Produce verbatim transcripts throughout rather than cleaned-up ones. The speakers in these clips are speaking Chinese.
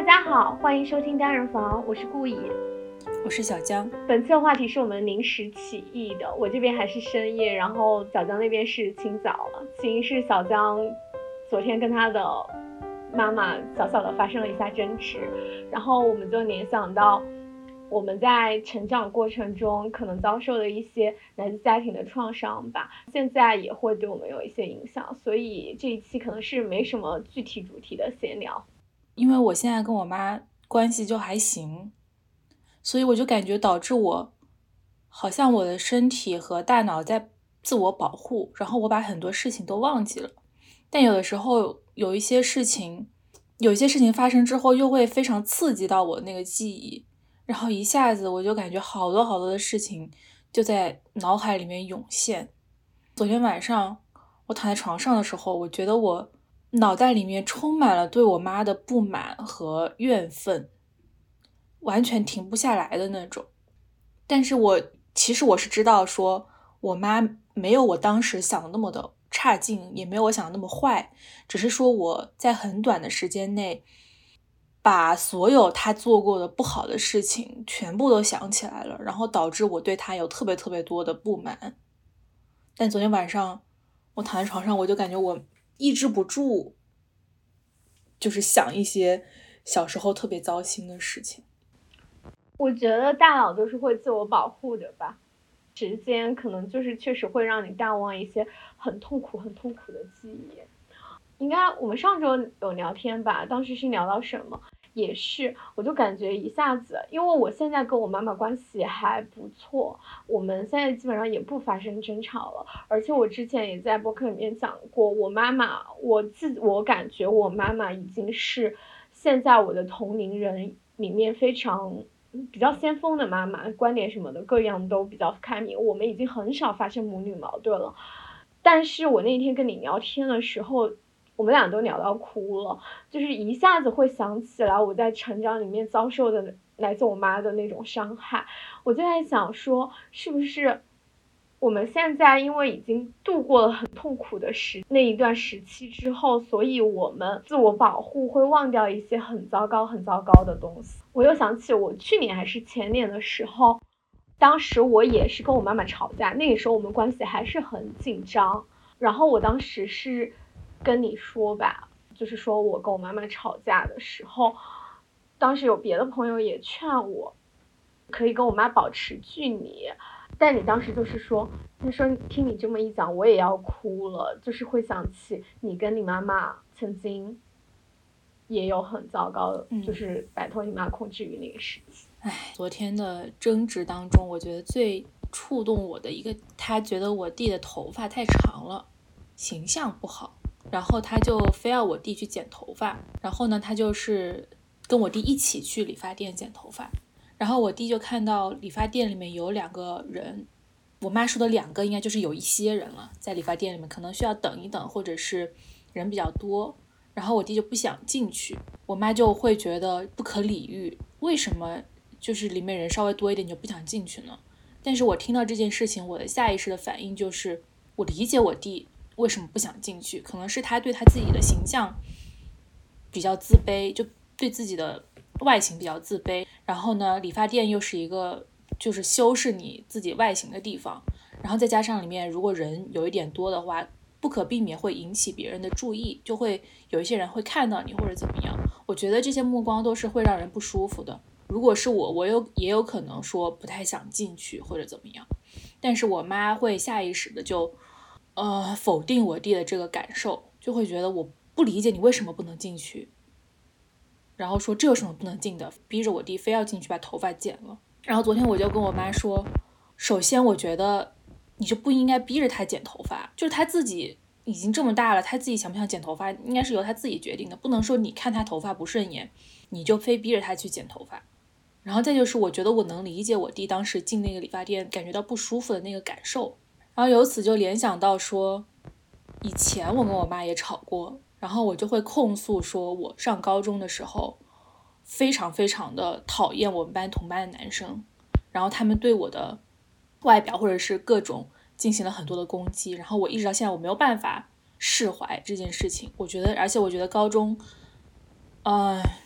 家好，欢迎收听单人房，我是顾乙， 我是小江。 本次的话题是我们临时起意的，我这边还是深夜，然后小江那边是清早了。起因是小江昨天跟他的妈妈小小的发生了一下争执，然后我们就联想到我们在成长过程中可能遭受的一些来自家庭的创伤吧，现在也会对我们有一些影响，所以这一期可能是没什么具体主题的闲聊。 因为我现在跟我妈关系就还行，所以我就感觉导致我好像我的身体和大脑在自我保护，然后我把很多事情都忘记了。但有的时候有一些事情有一些事情发生之后又会非常刺激到我那个记忆，然后一下子我就感觉好多好多的事情就在脑海里面涌现。昨天晚上我躺在床上的时候，我觉得我脑袋里面充满了对我妈的不满和怨愤，完全停不下来的那种。但是我其实我是知道说我妈没有我当时想的那么的差劲，也没有我想的那么坏，只是说我在很短的时间内把所有她做过的不好的事情全部都想起来了，然后导致我对她有特别特别多的不满。但昨天晚上我躺在床上，我就感觉我抑制不住，就是想一些小时候特别糟心的事情。 我觉得大脑都是会自我保护的吧，时间可能就是确实会让你淡忘一些很痛苦很痛苦的记忆。应该我们上周有聊天吧，当时是聊到什么，也是我就感觉一下子，因为我现在跟我妈妈关系还不错，我们现在基本上也不发生争吵了，而且我之前也在播客里面讲过，我妈妈我自我感觉我妈妈已经是现在我的同龄人里面非常比较先锋的妈妈，观点什么的各样都比较开明，我们已经很少发生母女矛盾了。但是我那天跟你聊天的时候，我们俩都聊到哭了，就是一下子会想起来我在成长里面遭受的来自我妈的那种伤害。我就在想说，是不是我们现在因为已经度过了很痛苦的时那一段时期之后，所以我们自我保护会忘掉一些很糟糕很糟糕的东西。我又想起我去年还是前年的时候，当时我也是跟我妈妈吵架，那个时候我们关系还是很紧张，然后我当时是跟你说吧，就是说我跟我妈妈吵架的时候，当时有别的朋友也劝我可以跟我妈保持距离，但你当时就是说，他说听你这么一讲我也要哭了，就是会想起你跟你妈妈曾经也有很糟糕的、嗯、就是摆脱你妈控制欲那个时期。 唉，昨天的争执当中，我觉得最触动我的一个，他觉得我弟的头发太长了，形象不好，然后他就非要我弟去剪头发，然后呢他就是跟我弟一起去理发店剪头发，然后我弟就看到理发店里面有两个人，我妈说的两个应该就是有一些人了，在理发店里面可能需要等一等，或者是人比较多，然后我弟就不想进去，我妈就会觉得不可理喻，为什么就是里面人稍微多一点你就不想进去呢？但是我听到这件事情，我的下意识的反应就是我理解我弟为什么不想进去，可能是他对他自己的形象比较自卑，就对自己的外形比较自卑，然后呢理发店又是一个就是修饰你自己外形的地方，然后再加上里面如果人有一点多的话，不可避免会引起别人的注意，就会有一些人会看到你或者怎么样，我觉得这些目光都是会让人不舒服的。如果是我，我有也有可能说不太想进去或者怎么样，但是我妈会下意识的就呃否定我弟的这个感受，就会觉得我不理解你为什么不能进去，然后说这有什么不能进的，逼着我弟非要进去把头发剪了。然后昨天我就跟我妈说，首先我觉得你就不应该逼着他剪头发，就是他自己已经这么大了，他自己想不想剪头发应该是由他自己决定的，不能说你看他头发不顺眼你就非逼着他去剪头发。然后再就是我觉得我能理解我弟当时进那个理发店感觉到不舒服的那个感受，然后由此就联想到说以前我跟我妈也吵过，然后我就会控诉说我上高中的时候非常非常的讨厌我们班同班的男生，然后他们对我的外表或者是各种进行了很多的攻击，然后我一直到现在我没有办法释怀这件事情。我觉得而且我觉得高中呃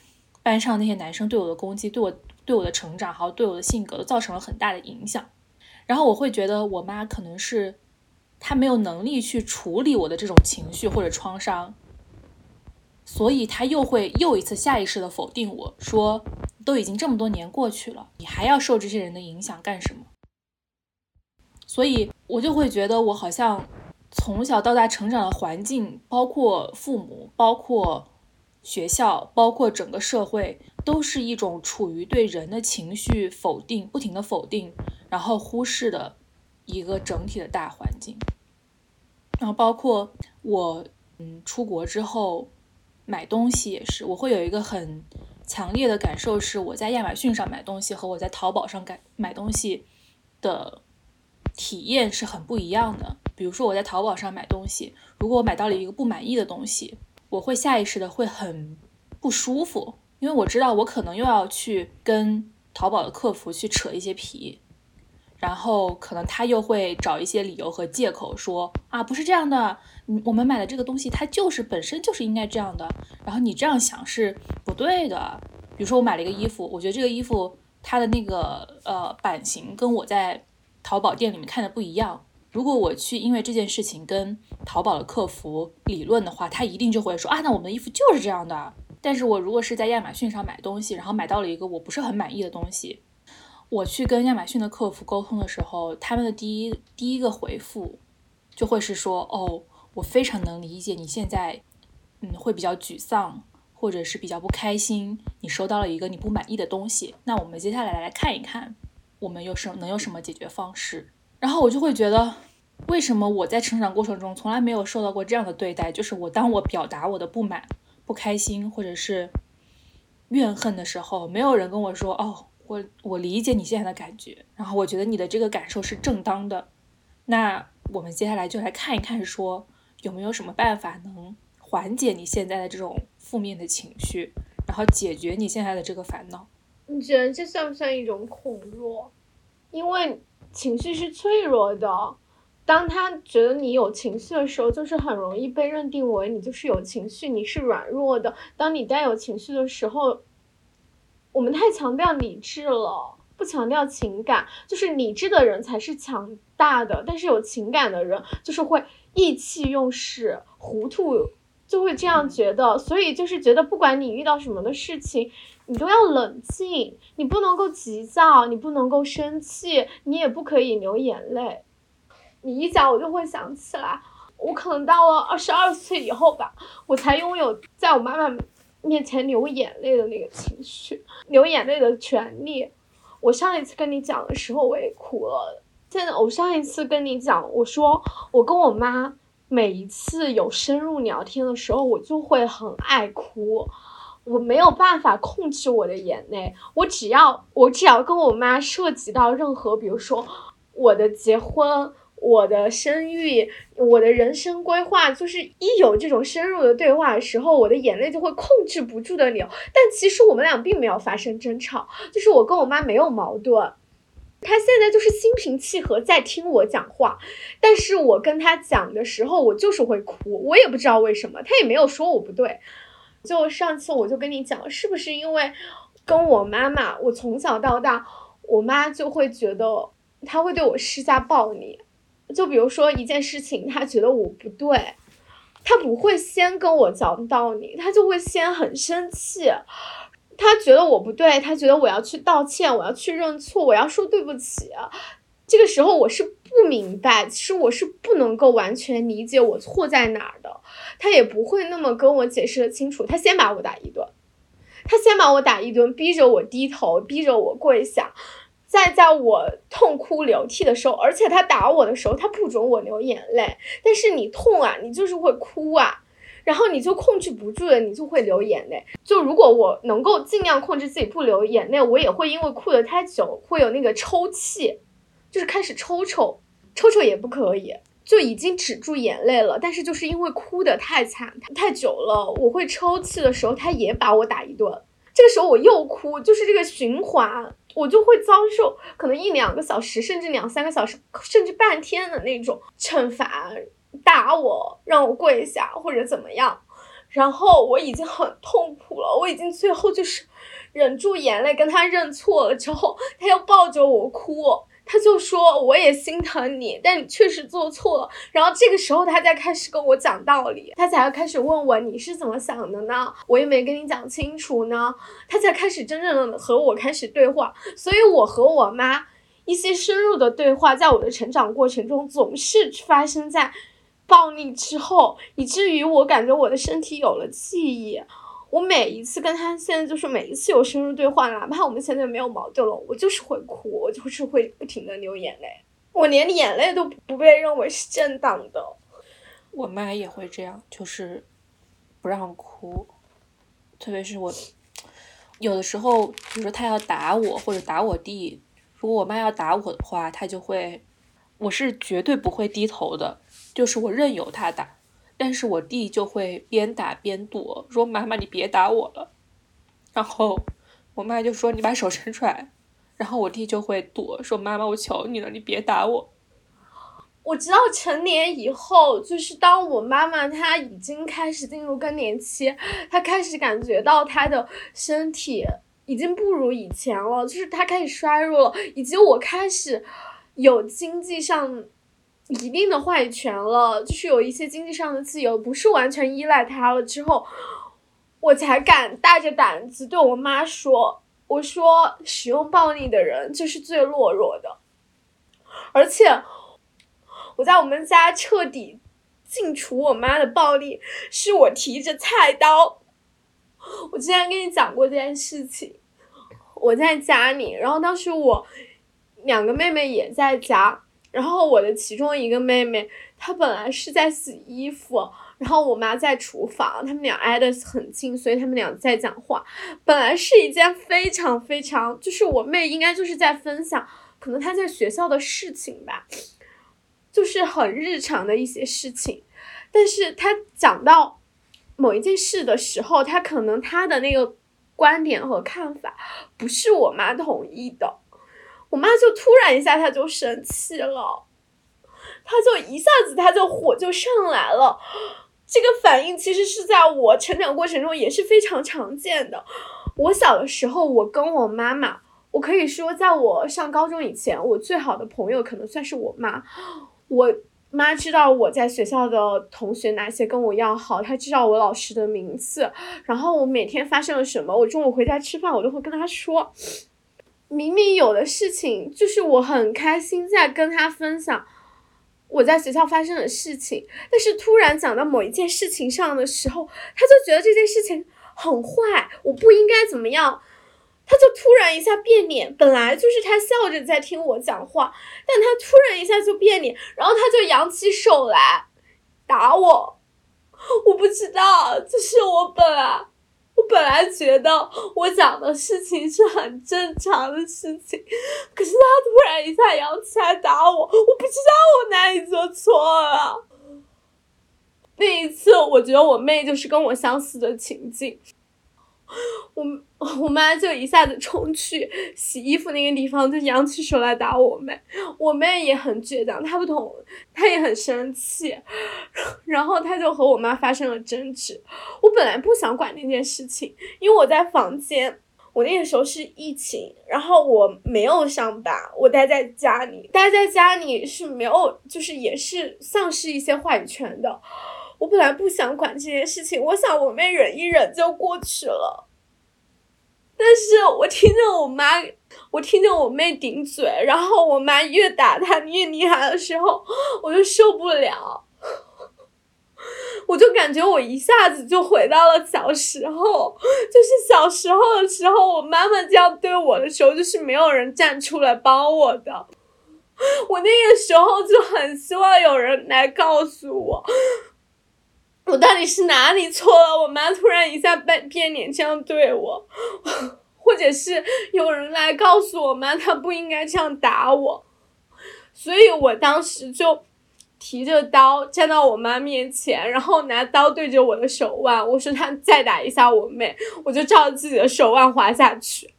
班上那些男生对我的攻击，对我对我的成长还有对我的性格都造成了很大的影响。然后我会觉得我妈可能是她没有能力去处理我的这种情绪或者创伤，所以她又会又一次下意识的否定我，说都已经这么多年过去了，你还要受这些人的影响干什么？所以我就会觉得我好像从小到大成长的环境，包括父母，包括学校，包括整个社会，都是一种处于对人的情绪否定，不停的否定，然后忽视的一个整体的大环境。然后包括我嗯出国之后买东西也是，我会有一个很强烈的感受，是我在亚马逊上买东西和我在淘宝上买东西的体验是很不一样的。比如说我在淘宝上买东西，如果我买到了一个不满意的东西，我会下意识的会很不舒服，因为我知道我可能又要去跟淘宝的客服去扯一些皮，然后可能他又会找一些理由和借口说啊，不是这样的，我们买的这个东西它就是本身就是应该这样的，然后你这样想是不对的。比如说我买了一个衣服，我觉得这个衣服它的那个呃版型跟我在淘宝店里面看的不一样，如果我去因为这件事情跟淘宝的客服理论的话，他一定就会说啊，那我们的衣服就是这样的。但是我如果是在亚马逊上买东西，然后买到了一个我不是很满意的东西，我去跟亚马逊的客服沟通的时候，他们的第一第一个回复就会是说，哦，我非常能理解你现在嗯会比较沮丧，或者是比较不开心，你收到了一个你不满意的东西，那我们接下来来看一看我们有什能有什么解决方式。然后我就会觉得，为什么我在成长过程中从来没有受到过这样的对待，就是我当我表达我的不满、不开心或者是怨恨的时候，没有人跟我说，哦，我我理解你现在的感觉，然后我觉得你的这个感受是正当的，那我们接下来就来看一看，说有没有什么办法能缓解你现在的这种负面的情绪，然后解决你现在的这个烦恼。 你觉得这算不算一种恐弱？因为情绪是脆弱的，当他觉得你有情绪的时候，就是很容易被认定为你就是有情绪，你是软弱的。当你带有情绪的时候，我们太强调理智了，不强调情感，就是理智的人才是强大的，但是有情感的人就是会意气用事，糊涂，就会这样觉得。所以就是觉得不管你遇到什么的事情，你都要冷静，你不能够急躁，你不能够生气，你也不可以流眼泪。你一讲我就会想起来，我可能到了二十二岁以后吧，我才拥有在我妈妈面前流眼泪的那个情绪，流眼泪的权利。我上一次跟你讲的时候我也哭了，现在我上一次跟你讲，我说我跟我妈每一次有深入聊天的时候，我就会很爱哭，我没有办法控制我的眼泪。我只要我只要跟我妈涉及到任何，比如说我的结婚，我的生育，我的人生规划，就是一有这种深入的对话的时候，我的眼泪就会控制不住的流。但其实我们俩并没有发生争吵，就是我跟我妈没有矛盾，她现在就是心平气和在听我讲话，但是我跟她讲的时候我就是会哭，我也不知道为什么，她也没有说我不对。就上次我就跟你讲，是不是因为跟我妈妈，我从小到大我妈就会觉得她会对我施加暴力，就比如说一件事情她觉得我不对，她不会先跟我讲道理，她就会先很生气，她觉得我不对，她觉得我要去道歉，我要去认错，我要说对不起。这个时候我是不明白，其实我是不能够完全理解我错在哪儿的，他也不会那么跟我解释的清楚，他先把我打一顿，他先把我打一顿，逼着我低头，逼着我跪下，再在我痛哭流涕的时候，而且他打我的时候他不准我流眼泪，但是你痛啊，你就是会哭啊，然后你就控制不住的，你就会流眼泪。就如果我能够尽量控制自己不流眼泪，我也会因为哭得太久会有那个抽泣，就是开始抽抽抽抽也不可以，就已经止住眼泪了，但是就是因为哭得太惨太久了，我会抽泣的时候他也把我打一顿，这个时候我又哭，就是这个循环，我就会遭受可能一两个小时甚至两三个小时甚至半天的那种惩罚，打我让我跪下或者怎么样。 然后我已经很痛苦了，我已经最后就是忍住眼泪跟他认错了之后，他又抱着我哭，他就说我也心疼你，但你确实做错了。然后这个时候他才开始跟我讲道理，他才开始问我你是怎么想的呢，我也没跟你讲清楚呢，他才开始真正的和我开始对话。所以我和我妈一些深入的对话在我的成长过程中总是发生在暴力之后，以至于我感觉我的身体有了记忆。我每一次跟他现在就是每一次有深入对话，哪怕我们现在没有矛盾了，我就是会哭，我就是会不停的流眼泪，我连眼泪都不被认为是正当的。 我妈也会这样，就是不让哭，特别是我有的时候比如说她要打我或者打我弟，如果我妈要打我的话，她就会，我是绝对不会低头的，就是我任由她打，但是我弟就会边打边躲，说妈妈你别打我了，然后我妈就说你把手伸出来，然后我弟就会躲，说妈妈我求你了你别打我。 我直到成年以后，就是当我妈妈她已经开始进入更年期，她开始感觉到她的身体已经不如以前了，就是她开始衰弱了，以及我开始有经济上一定的话语权了，就是有一些经济上的自由，不是完全依赖他了之后，我才敢大着胆子对我妈说，我说使用暴力的人就是最懦弱的。而且我在我们家彻底净除我妈的暴力，是我提着菜刀。我之前跟你讲过这件事情，我在家里，然后当时我两个妹妹也在家，然后我的其中一个妹妹她本来是在洗衣服，然后我妈在厨房，他们俩挨得很近，所以他们俩在讲话。本来是一件非常非常，就是我妹应该就是在分享可能她在学校的事情吧，就是很日常的一些事情，但是她讲到某一件事的时候，她可能她的那个观点和看法不是我妈同意的，我妈就突然一下她就生气了，她就一下子她就火就上来了。这个反应其实是在我成长过程中也是非常常见的。我小的时候，我跟我妈妈，我可以说在我上高中以前，我最好的朋友可能算是我妈。我妈知道我在学校的同学哪些跟我要好，她知道我老师的名字，然后我每天发生了什么，我中午回家吃饭我都会跟她说。明明有的事情就是我很开心在跟她分享我在学校发生的事情，但是突然讲到某一件事情上的时候，她就觉得这件事情很坏，我不应该怎么样，他就突然一下变脸，本来就是他笑着在听我讲话，但他突然一下就变脸，然后他就扬起手来打我。我不知道，就是我本来我本来觉得我讲的事情是很正常的事情，可是他突然一下扬起来打我，我不知道我哪里做错了。那一次我觉得我妹就是跟我相似的情境，我我妈就一下子冲去洗衣服那个地方，就扬起手来打我妹。我妹也很倔强，她不同，她也很生气，然后她就和我妈发生了争执。我本来不想管那件事情，因为我在房间，我那个时候是疫情，然后我没有上班，我待在家里，待在家里是没有，就是也是丧失一些话语权的。我本来不想管这件事情，我想我妹忍一忍就过去了。但是我听着我妈，我听着我妹顶嘴，然后我妈越打她越厉害的时候，我就受不了。我就感觉我一下子就回到了小时候，就是小时候的时候，我妈妈这样对我的时候，就是没有人站出来帮我的。我那个时候就很希望有人来告诉我，我到底是哪里错了，我妈突然一下变变脸这样对我，或者是有人来告诉我妈她不应该这样打我。所以我当时就提着刀站到我妈面前，然后拿刀对着我的手腕，我说她再打一下我妹，我就照自己的手腕划下去。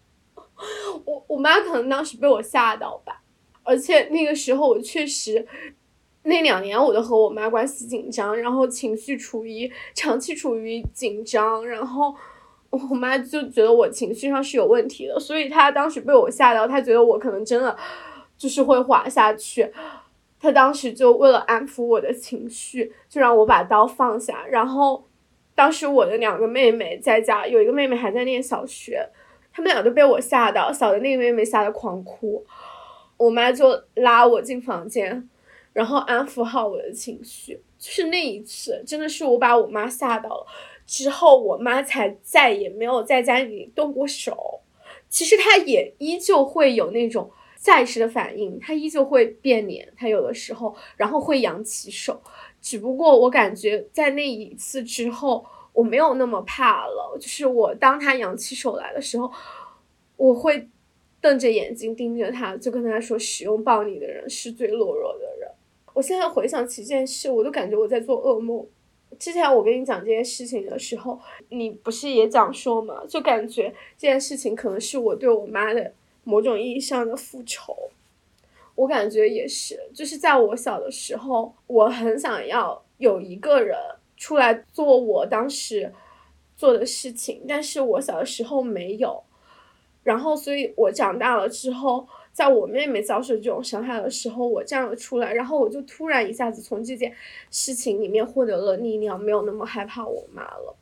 我我妈可能当时被我吓到吧，而且那个时候我确实那两年我都和我妈关系紧张，然后情绪处于长期处于紧张，然后我妈就觉得我情绪上是有问题的，所以她当时被我吓到，她觉得我可能真的就是会滑下去，她当时就为了安抚我的情绪，就让我把刀放下。然后当时我的两个妹妹在家，有一个妹妹还在念小学，她们俩都被我吓到，小的那个妹妹吓得狂哭，我妈就拉我进房间，然后安抚好我的情绪。就是那一次真的是我把我妈吓到了，之后我妈才再也没有在家里动过手。其实她也依旧会有那种下意识的反应，她依旧会变脸，她有的时候然后会扬起手，只不过我感觉在那一次之后我没有那么怕了，就是我当她扬起手来的时候，我会瞪着眼睛盯着她，就跟她说使用暴力的人是最懦弱的人。我现在回想起这件事，我都感觉我在做噩梦。之前我跟你讲这件事情的时候，你不是也讲说嘛，就感觉这件事情可能是我对我妈的某种意义上的复仇。我感觉也是，就是在我小的时候，我很想要有一个人出来做我当时做的事情，但是我小的时候没有，然后所以我长大了之后，在我妹妹遭受这种伤害的时候，我站了出来，然后我就突然一下子从这件事情里面获得了力量，没有那么害怕我妈了。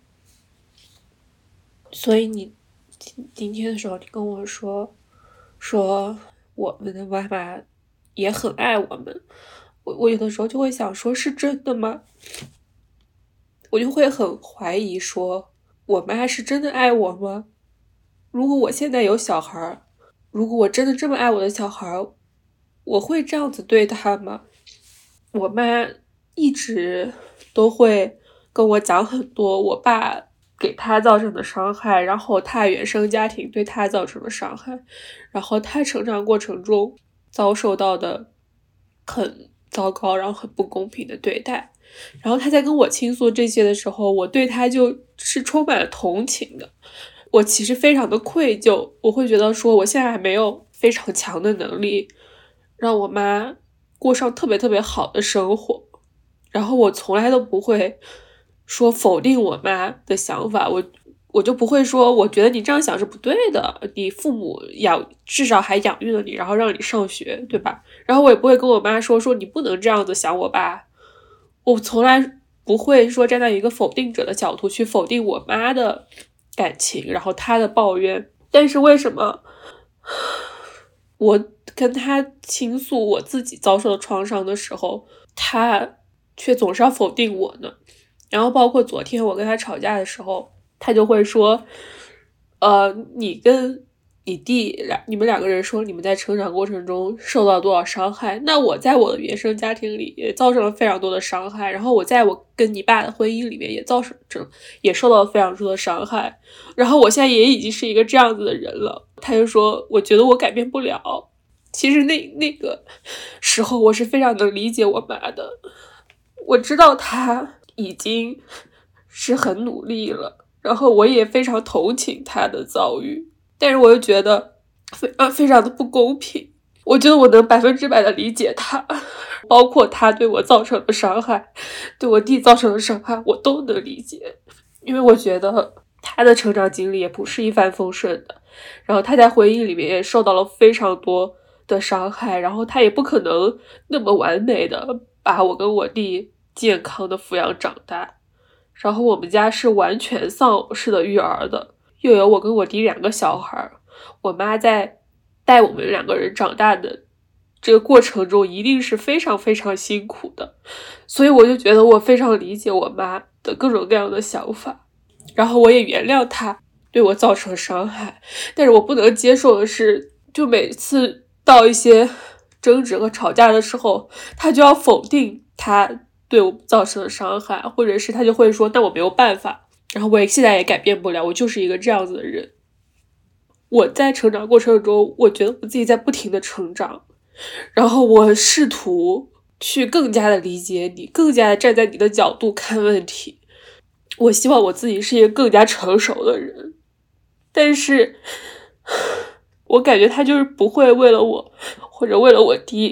所以你今天的时候你跟我说说我们的妈妈也很爱我们，我我有的时候就会想说，是真的吗？我就会很怀疑说，我妈是真的爱我吗？如果我现在有小孩，如果我真的这么爱我的小孩，我会这样子对他吗？我妈一直都会跟我讲很多我爸给他造成的伤害，然后他原生家庭对他造成的伤害，然后他成长过程中遭受到的很糟糕然后很不公平的对待。然后他在跟我倾诉这些的时候，我对他就是充满了同情的。我其实非常的愧疚，我会觉得说我现在还没有非常强的能力让我妈过上特别特别好的生活，然后我从来都不会说否定我妈的想法，我我就不会说我觉得你这样想是不对的，你父母养至少还养育了你，然后让你上学，对吧？然后我也不会跟我妈说说你不能这样子想我爸，我从来不会说站在一个否定者的角度去否定我妈的感情，然后她的抱怨。但是为什么我跟她倾诉我自己遭受的创伤的时候，她却总是要否定我呢？然后包括昨天我跟她吵架的时候，她就会说呃，你跟你弟两你们两个人说你们在成长过程中受到多少伤害，那我在我的原生家庭里也造成了非常多的伤害，然后我在我跟你爸的婚姻里面也造成也受到了非常多的伤害，然后我现在也已经是一个这样子的人了。他就说我觉得我改变不了。其实那那个时候我是非常能理解我妈的，我知道她已经是很努力了，然后我也非常同情她的遭遇，但是我又觉得非常非常的不公平。我觉得我能百分之百的理解她，包括她对我造成的伤害，对我弟造成的伤害，我都能理解。因为我觉得她的成长经历也不是一帆风顺的，然后她在婚姻里面也受到了非常多的伤害，然后她也不可能那么完美的把我跟我弟健康的抚养长大。然后我们家是完全丧偶式的育儿的，又有我跟我弟两个小孩，我妈在带我们两个人长大的这个过程中一定是非常非常辛苦的，所以我就觉得我非常理解我妈的各种各样的想法，然后我也原谅她对我造成伤害。但是我不能接受的是，就每次到一些争执和吵架的时候，她就要否定她对我造成的伤害，或者是她就会说那我没有办法，然后我也现在也改变不了，我就是一个这样子的人。我在成长过程中，我觉得我自己在不停的成长，然后我试图去更加的理解你，更加的站在你的角度看问题，我希望我自己是一个更加成熟的人，但是我感觉他就是不会为了我或者为了我弟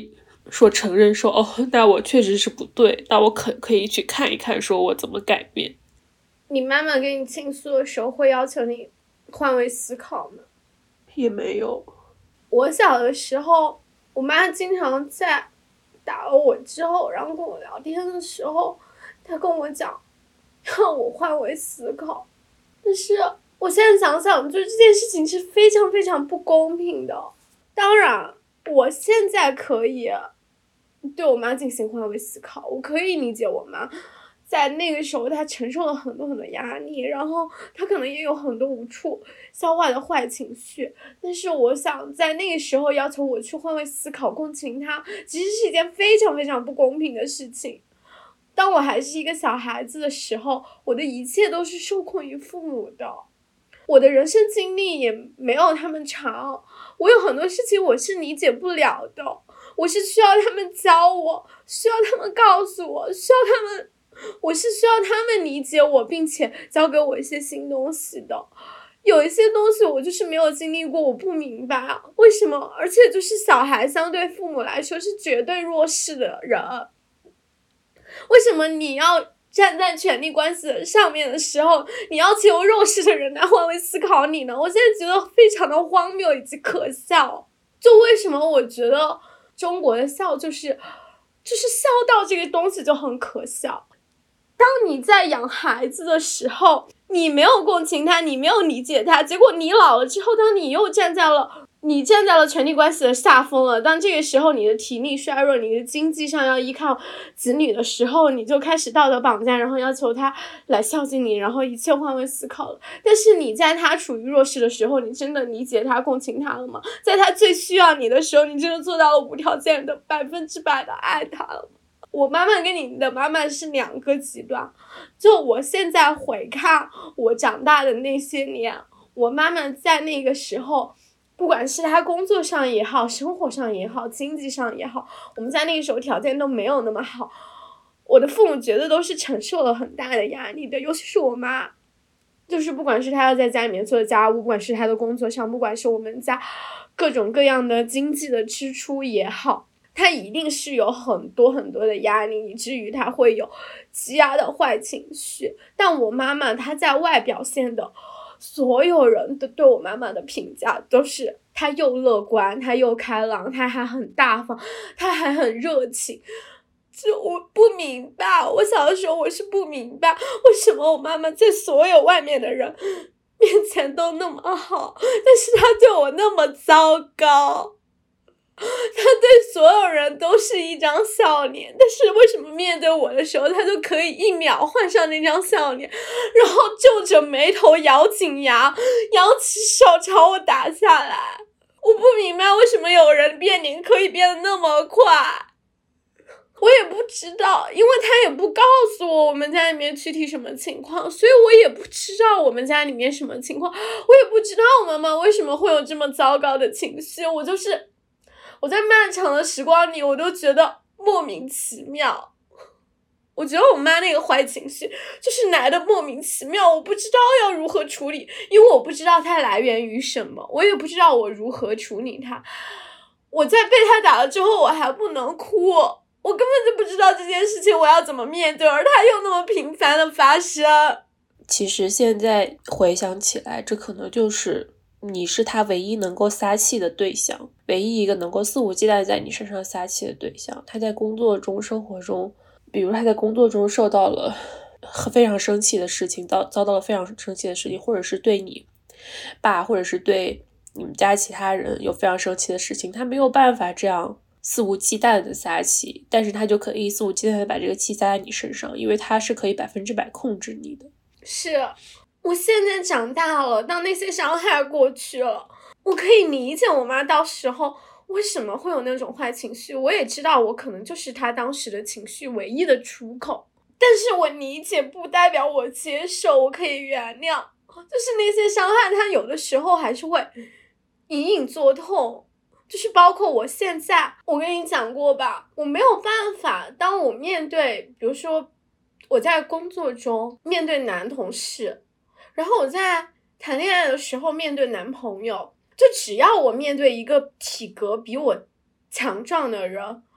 说承认说哦，那我确实是不对，那我可可以去看一看，说我怎么改变。 你妈妈跟你倾诉的时候会要求你换位思考吗？ 也没有。 我小的时候，我妈经常在打了我之后，然后跟我聊天的时候，她跟我讲让我换位思考，但是我现在想想，就是这件事情是非常非常不公平的。当然我现在可以对我妈进行换位思考，我可以理解我妈在那个时候她承受了很多很多压力，然后她可能也有很多无处消化的坏情绪，但是我想在那个时候要求我去换位思考共情她，其实是一件非常非常不公平的事情。当我还是一个小孩子的时候，我的一切都是受控于父母的，我的人生经历也没有他们长，我有很多事情我是理解不了的，我是需要他们教我，需要他们告诉我，需要他们我是需要他们理解我，并且教给我一些新东西的。有一些东西我就是没有经历过，我不明白为什么，而且就是小孩相对父母来说是绝对弱势的人，为什么你要站在权力关系上面的时候，你要求弱势的人来换位思考你呢？我现在觉得非常的荒谬以及可笑。就为什么我觉得中国的笑就是就是笑到这个东西就很可笑。当你在养孩子的时候，你没有共情他，你没有理解他，结果你老了之后，当你又站在了你站在了权力关系的下风了，当这个时候你的体力衰弱，你的经济上要依靠子女的时候，你就开始道德绑架，然后要求他来孝敬你，然后一切换位思考了。但是你在他处于弱势的时候，你真的理解他共情他了吗？在他最需要你的时候，你真的做到了无条件的百分之百的爱他了吗？我妈妈跟你的妈妈是两个极端，就我现在回看我长大的那些年，我妈妈在那个时候，不管是她工作上也好，生活上也好，经济上也好，我们在那个时候条件都没有那么好，我的父母觉得都是承受了很大的压力的，尤其是我妈，就是不管是她要在家里面做家务，不管是她的工作上，不管是我们家各种各样的经济的支出也好，他一定是有很多很多的压力，以至于他会有积压的坏情绪。但我妈妈她在外表现的，所有人都对我妈妈的评价都是她又乐观，她又开朗，她还很大方，她还很热情。就我不明白，我小的时候我是不明白为什么我妈妈在所有外面的人面前都那么好，但是她对我那么糟糕。他对所有人都是一张笑脸，但是为什么面对我的时候他就可以一秒换上那张笑脸，然后皱着眉头咬紧牙扬起手朝我打下来。我不明白为什么有人变脸可以变得那么快，我也不知道，因为他也不告诉我我们家里面具体什么情况，所以我也不知道我们家里面什么情况，我也不知道我妈妈为什么会有这么糟糕的情绪。我就是我在漫长的时光里，我都觉得莫名其妙。我觉得我妈那个坏情绪就是来的莫名其妙，我不知道要如何处理，因为我不知道它来源于什么，我也不知道我如何处理它。我在被他打了之后，我还不能哭，我根本就不知道这件事情我要怎么面对，而它又那么频繁的发生。 其实现在回想起来，这可能就是你是他唯一能够撒气的对象，唯一一个能够肆无忌惮在你身上撒气的对象。他在工作中生活中，比如他在工作中受到了非常生气的事情，遭遭到了非常生气的事情，或者是对你爸或者是对你们家其他人有非常生气的事情，他没有办法这样肆无忌惮的撒气，但是他就可以肆无忌惮的把这个气撒在你身上，因为他是可以百分之百控制你的。 是，我现在长大了，当那些伤害过去了，我可以理解我妈到时候为什么会有那种坏情绪，我也知道我可能就是她当时的情绪唯一的出口，但是我理解不代表我接受，我可以原谅，就是那些伤害它有的时候还是会隐隐作痛。就是包括我现在，我跟你讲过吧，我没有办法，当我面对比如说我在工作中面对男同事，然后我在谈恋爱的时候面对男朋友，就只要我面对一个体格比我强壮的人，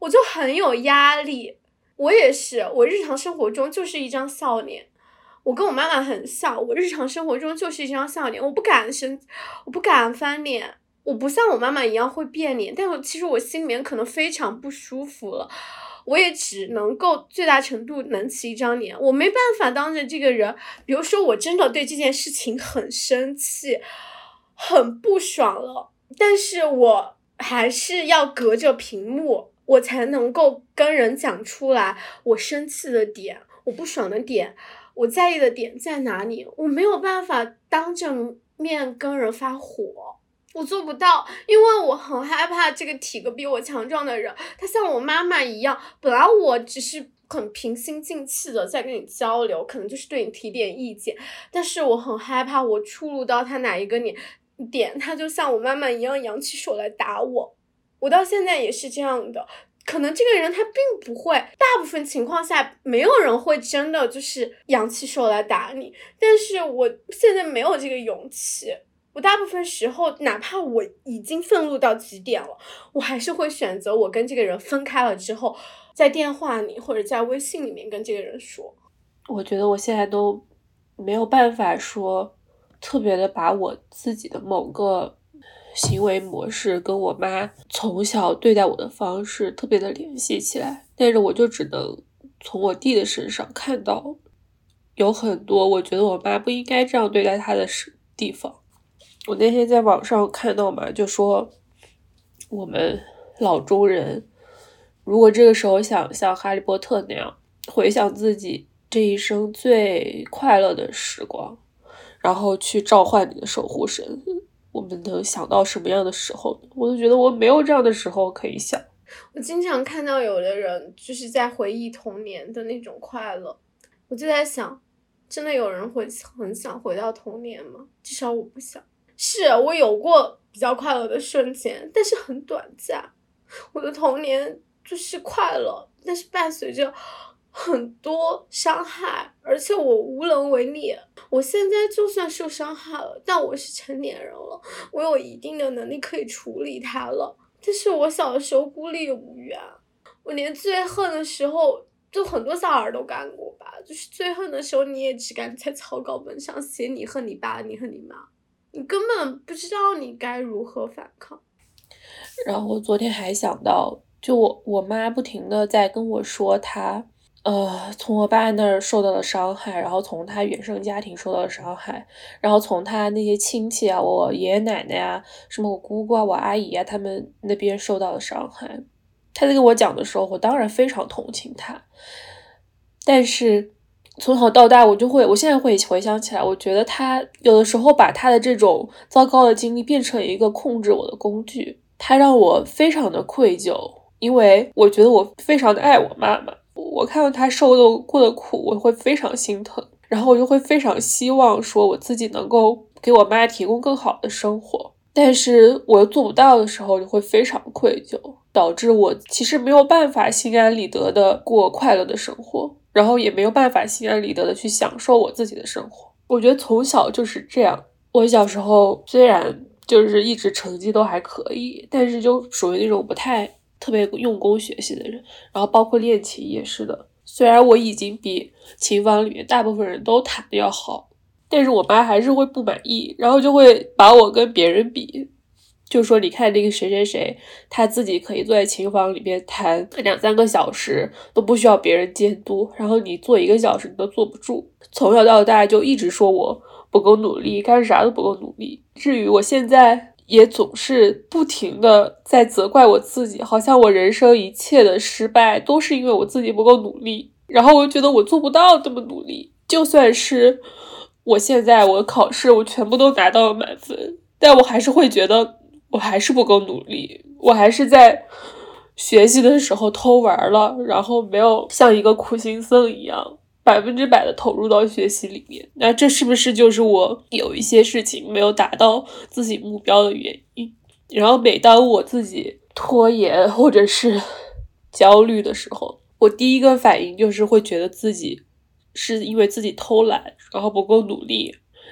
我就很有压力。我也是，我日常生活中就是一张笑脸，我跟我妈妈很像，我日常生活中就是一张笑脸，我不敢生，我不敢翻脸，我不像我妈妈一样会变脸，但我其实我心里面可能非常不舒服了，我也只能够最大程度能起一张脸，我没办法当着这个人，比如说我真的对这件事情很生气，很不爽了，但是我还是要隔着屏幕，我才能够跟人讲出来我生气的点，我不爽的点，我在意的点在哪里，我没有办法当着面跟人发火，我做不到，因为我很害怕这个体格比我强壮的人，他像我妈妈一样，本来我只是很平心静气的在跟你交流，可能就是对你提点意见，但是我很害怕我触入到他哪一个点点，他就像我妈妈一样扬起手来打我。我到现在也是这样的，可能这个人他并不会，大部分情况下没有人会真的就是扬起手来打你，但是我现在没有这个勇气，我大部分时候哪怕我已经愤怒到极点了，我还是会选择我跟这个人分开了之后，在电话里或者在微信里面跟这个人说。 我觉得我现在都没有办法说特别的把我自己的某个行为模式跟我妈从小对待我的方式特别的联系起来，但是我就只能从我弟的身上看到有很多我觉得我妈不应该这样对待他的地方。我那天在网上看到嘛，就说我们老中人如果这个时候想像哈利波特那样回想自己这一生最快乐的时光，然后去召唤你的守护神，我们能想到什么样的时候呢？我都觉得我没有这样的时候可以想。 我经常看到有的人就是在回忆童年的那种快乐，我就在想，真的有人会很想回到童年吗？至少我不想。是我有过比较快乐的瞬间，但是很短暂。我的童年就是快乐，但是伴随着很多伤害，而且我无能为力。我现在就算受伤害了，但我是成年人了，我有一定的能力可以处理它了。但是我小的时候孤立无援，我连最恨的时候，就很多小孩都干过吧，就是最恨的时候，你也只敢在草稿本上写你恨你爸，你恨你妈，你根本不知道你该如何反抗。 然后我昨天还想到，就我我妈不停的在跟我说她呃，从我爸那儿受到了伤害，然后从他原生家庭受到了伤害，然后从他那些亲戚啊，我爷爷奶奶啊，什么我姑姑啊，我阿姨啊，他们那边受到了伤害。他在跟我讲的时候，我当然非常同情他，但是从小到大，我就会，我现在会回想起来，我觉得他有的时候把他的这种糟糕的经历变成一个控制我的工具，他让我非常的愧疚，因为我觉得我非常的爱我妈妈。我看到他受的过的苦，我会非常心疼，然后我就会非常希望说我自己能够给我妈提供更好的生活，但是我又做不到的时候，就会非常愧疚，导致我其实没有办法心安理得的过快乐的生活，然后也没有办法心安理得的去享受我自己的生活。我觉得从小就是这样，我小时候虽然就是一直成绩都还可以，但是就属于那种不太特别用功学习的人，然后包括练琴也是的。虽然我已经比琴房里面大部分人都弹得要好，但是我妈还是会不满意，然后就会把我跟别人比，就说你看那个谁谁谁，他自己可以坐在琴房里面弹两三个小时都不需要别人监督，然后你坐一个小时你都坐不住。从小到大就一直说我不够努力，干啥都不够努力。至于我现在也总是不停的在责怪我自己，好像我人生一切的失败都是因为我自己不够努力，然后我觉得我做不到这么努力，就算是我现在我考试我全部都拿到了满分，但我还是会觉得我还是不够努力，我还是在学习的时候偷玩了，然后没有像一个苦行僧一样百分之百的投入到学习里面。那这是不是就是我有一些事情没有达到自己目标的原因？然后每当我自己拖延或者是焦虑的时候，我第一个反应就是会觉得自己是因为自己偷懒，然后不够努力，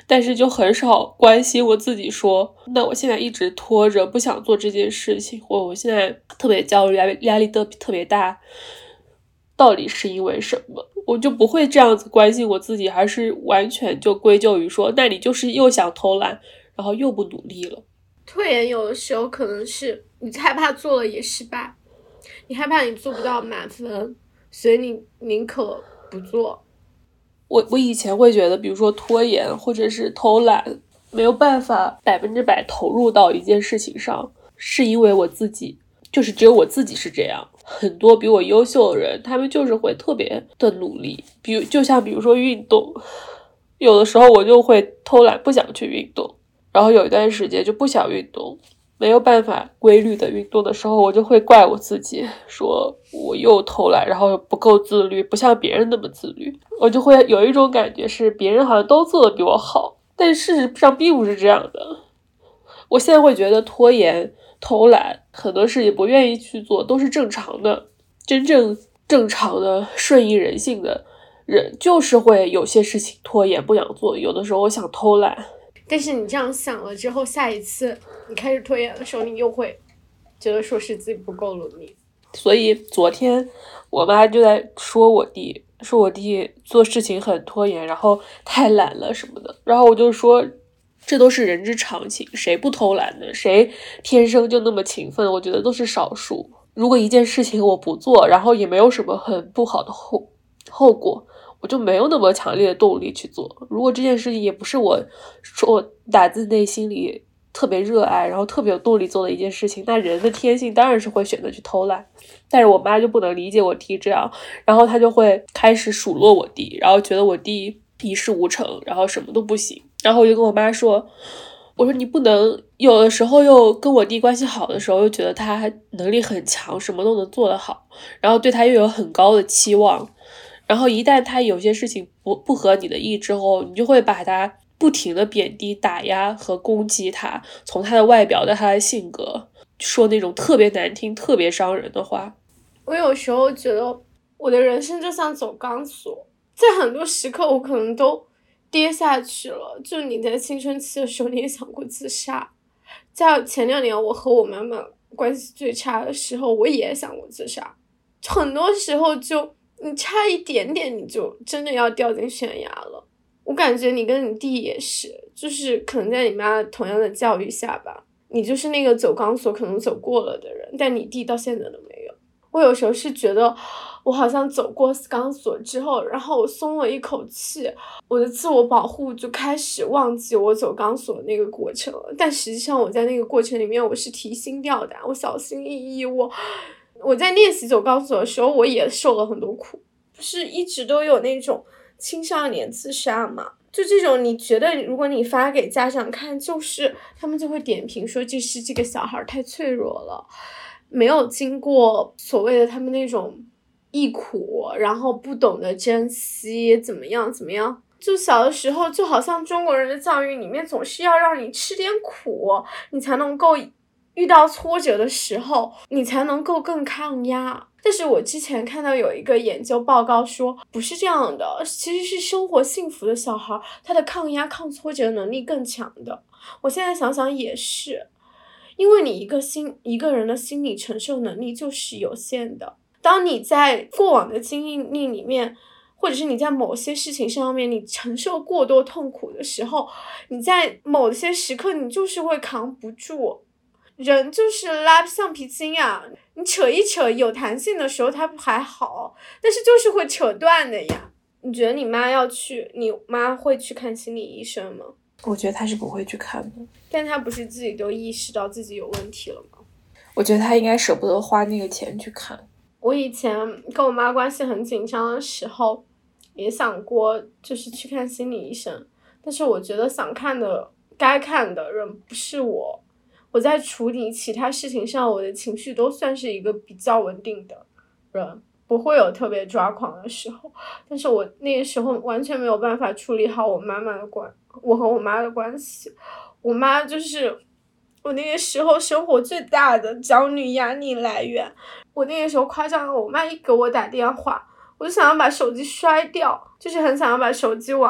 但是就很少关心我自己说，那我现在一直拖着不想做这件事情，或我现在特别焦虑，压力压力特特别大，到底是因为什么？我就不会这样子关心我自己，还是完全就归咎于说，那你就是又想偷懒，然后又不努力了。 拖延有的时候可能是你害怕做了也失败，你害怕你做不到满分，所以你宁可不做。 我我以前会觉得，比如说拖延或者是偷懒，没有办法百分之百投入到一件事情上，是因为我自己就是只有我自己是这样。很多比我优秀的人，他们就是会特别的努力，比如就像比如说运动，有的时候我就会偷懒不想去运动，然后有一段时间就不想运动，没有办法规律的运动的时候，我就会怪我自己，说我又偷懒，然后不够自律，不像别人那么自律。我就会有一种感觉是别人好像都做的比我好，但事实上并不是这样的。我现在会觉得拖延偷懒很多事情不愿意去做都是正常的，真正正常的顺应人性的人就是会有些事情拖延不想做，有的时候我想偷懒。 但是你这样想了之后，下一次你开始拖延的时候，你又会觉得说是自己不够努力。 所以昨天我妈就在说我弟，说我弟做事情很拖延，然后太懒了什么的，然后我就说这都是人之常情，谁不偷懒呢？谁天生就那么勤奋？我觉得都是少数。如果一件事情我不做，然后也没有什么很不好的后后果，我就没有那么强烈的动力去做。如果这件事情也不是我说我打自内心里特别热爱，然后特别有动力做的一件事情，那人的天性当然是会选择去偷懒。但是我妈就不能理解我弟这样，然后她就会开始数落我弟，然后觉得我弟一事无成，然后什么都不行。然后我就跟我妈说，我说你不能有的时候又跟我弟关系好的时候又觉得他能力很强，什么都能做得好，然后对他又有很高的期望，然后一旦他有些事情不不合你的意之后，你就会把他不停的贬低打压和攻击他，从他的外表到他的性格说那种特别难听特别伤人的话。 我有时候觉得我的人生就像走钢索，在很多时刻我可能都跌下去了。就你在青春期的时候你也想过自杀，在前两年我和我妈妈关系最差的时候我也想过自杀。很多时候就你差一点点你就真的要掉进悬崖了。我感觉你跟你弟也是，就是可能在你妈同样的教育下吧，你就是那个走钢索可能走过了的人，但你弟到现在都没有。我有时候是觉得我好像走过钢索之后，然后我松了一口气，我的自我保护就开始忘记我走钢索的那个过程了。但实际上我在那个过程里面我是提心吊胆，我小心翼翼，我我在练习走钢索的时候我也受了很多苦。不是一直都有那种青少年自杀嘛，就这种你觉得如果你发给家长看，就是他们就会点评说这是这个小孩太脆弱了，没有经过所谓的他们那种忆苦，然后不懂得珍惜，怎么样怎么样。就小的时候就好像中国人的教育里面总是要让你吃点苦，你才能够遇到挫折的时候你才能够更抗压。但是我之前看到有一个研究报告说不是这样的，其实是生活幸福的小孩他的抗压抗挫折能力更强的。我现在想想也是，因为你一个心一个人的心理承受能力就是有限的。当你在过往的经历里面，或者是你在某些事情上面你承受过多痛苦的时候，你在某些时刻你就是会扛不住。人就是拉橡皮筋啊，你扯一扯有弹性的时候它还好，但是就是会扯断的呀。你觉得你妈要去你妈会去看心理医生吗？ 我觉得她是不会去看的。 但她不是自己都意识到自己有问题了吗？ 我觉得她应该舍不得花那个钱去看。 我以前跟我妈关系很紧张的时候也想过就是去看心理医生，但是我觉得想看的该看的人不是我，我在处理其他事情上我的情绪都算是一个比较稳定的人，不会有特别抓狂的时候。但是我那个时候完全没有办法处理好我妈妈的关我和我妈的关系。我妈就是我那个时候生活最大的焦虑压力来源。我那个时候夸张了，我妈一给我打电话我就想要把手机摔掉，就是很想要把手机往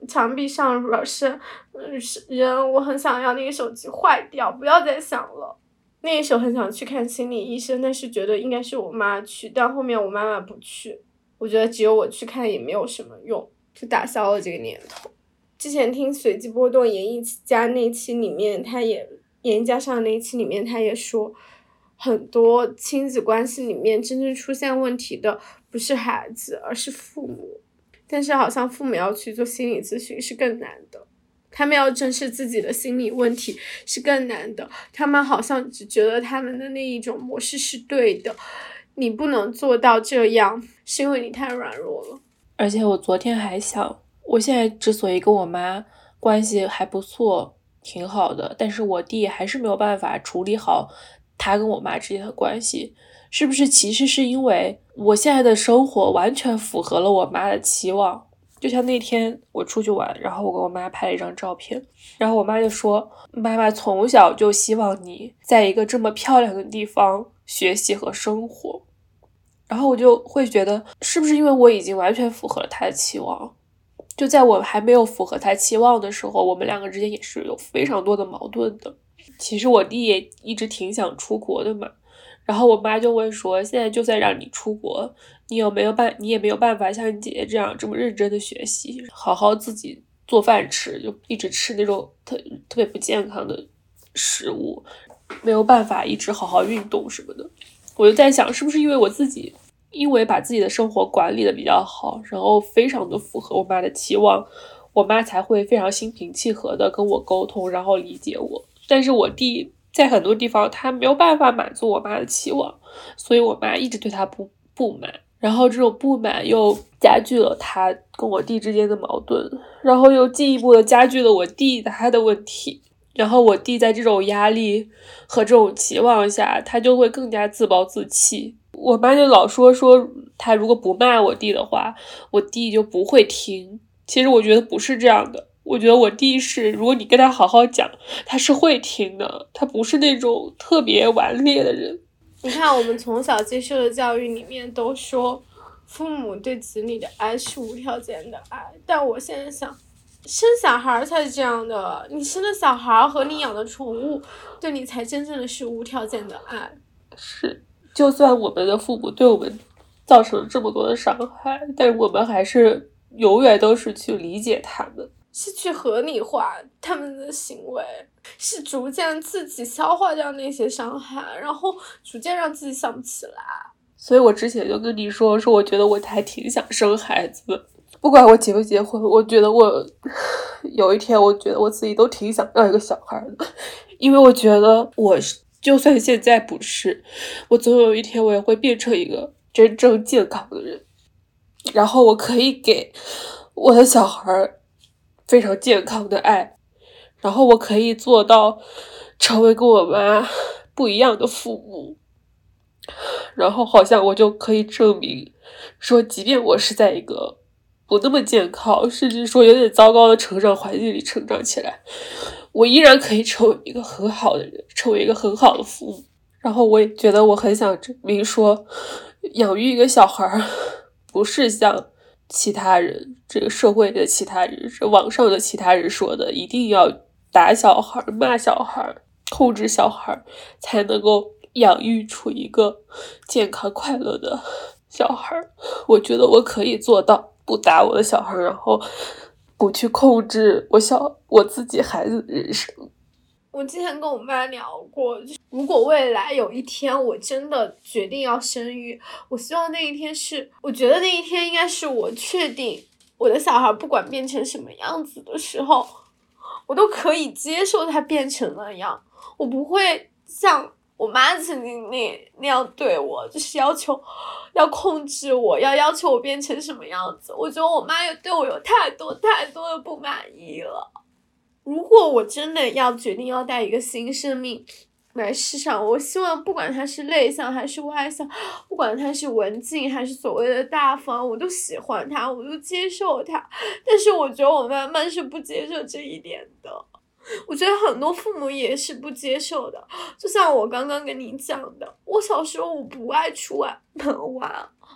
墙壁上表示嗯人我很想要那个手机坏掉，不要再想了。那个时候很想去看心理医生，但是觉得应该是我妈去，但后面我妈妈不去，我觉得只有我去看也没有什么用，就打消了这个念头。之前听随机波动演艺家那期里面，他也演艺家上的那一期里面，他也说很多亲子关系里面真正出现问题的不是孩子，而是父母。但是好像父母要去做心理咨询是更难的，他们要正视自己的心理问题是更难的，他们好像只觉得他们的那一种模式是对的，你不能做到这样，是因为你太软弱了。 而且我昨天还想，我现在之所以跟我妈关系还不错，挺好的，但是我弟还是没有办法处理好他跟我妈之间的关系，是不是其实是因为我现在的生活完全符合了我妈的期望？就像那天我出去玩，然后我跟我妈拍了一张照片，然后我妈就说，妈妈从小就希望你在一个这么漂亮的地方学习和生活。然后我就会觉得，是不是因为我已经完全符合了她的期望？就在我还没有符合她期望的时候，我们两个之间也是有非常多的矛盾的。其实我弟也一直挺想出国的嘛，然后我妈就会说，现在就算让你出国，你有没有办你也没有办法像你姐姐这样这么认真的学习，好好自己做饭吃，就一直吃那种特特别不健康的食物，没有办法一直好好运动什么的。我就在想，是不是因为我自己因为把自己的生活管理的比较好，然后非常的符合我妈的期望，我妈才会非常心平气和的跟我沟通，然后理解我。但是我弟在很多地方他没有办法满足我妈的期望，所以我妈一直对他不不满，然后这种不满又加剧了他跟我弟之间的矛盾，然后又进一步的加剧了我弟他的问题，然后我弟在这种压力和这种期望下，他就会更加自暴自弃。我妈就老说说他如果不骂我弟的话，我弟就不会听。其实我觉得不是这样的，我觉得我弟是，如果你跟他好好讲，他是会听的，他不是那种特别顽劣的人。 你看我们从小接受的教育里面都说父母对子女的爱是无条件的爱，但我现在想生小孩才是这样的，你生的小孩和你养的宠物对你才真正的是无条件的爱。 是，就算我们的父母对我们造成了这么多的伤害，但是我们还是永远都是去理解他们， 是去合理化他们的行为，是逐渐自己消化掉那些伤害，然后逐渐让自己想不起来。 所以我之前就跟你说说我觉得我还挺想生孩子的，不管我结不结婚，我觉得我有一天我觉得我自己都挺想要一个小孩的，因为我觉得我就算现在不是，我总有一天我也会变成一个真正健康的人，然后我可以给我的小孩非常健康的爱，然后我可以做到成为跟我妈不一样的父母，然后好像我就可以证明说，即便我是在一个不那么健康，甚至说有点糟糕的成长环境里成长起来，我依然可以成为一个很好的人，成为一个很好的父母。然后我也觉得我很想证明说，养育一个小孩不是像其他人，这个社会的其他人，这网上的其他人说的一定要打小孩、骂小孩、控制小孩才能够养育出一个健康快乐的小孩。我觉得我可以做到不打我的小孩，然后不去控制我小我自己孩子的人生。 我之前跟我妈聊过，如果未来有一天我真的决定要生育，我希望那一天是，我觉得那一天应该是我确定我的小孩不管变成什么样子的时候，我都可以接受他变成那样，我不会像我妈曾经那那样对我，就是要求要控制我，要要求我变成什么样子。我觉得我妈也对我有太多太多的不满意了。如果我真的要决定要带一个新生命来世上，我希望不管他是内向还是外向，不管他是文静还是所谓的大方，我都喜欢他，我都接受他。但是我觉得我妈妈是不接受这一点的，我觉得很多父母也是不接受的。就像我刚刚跟你讲的，我小时候我不爱出外门玩，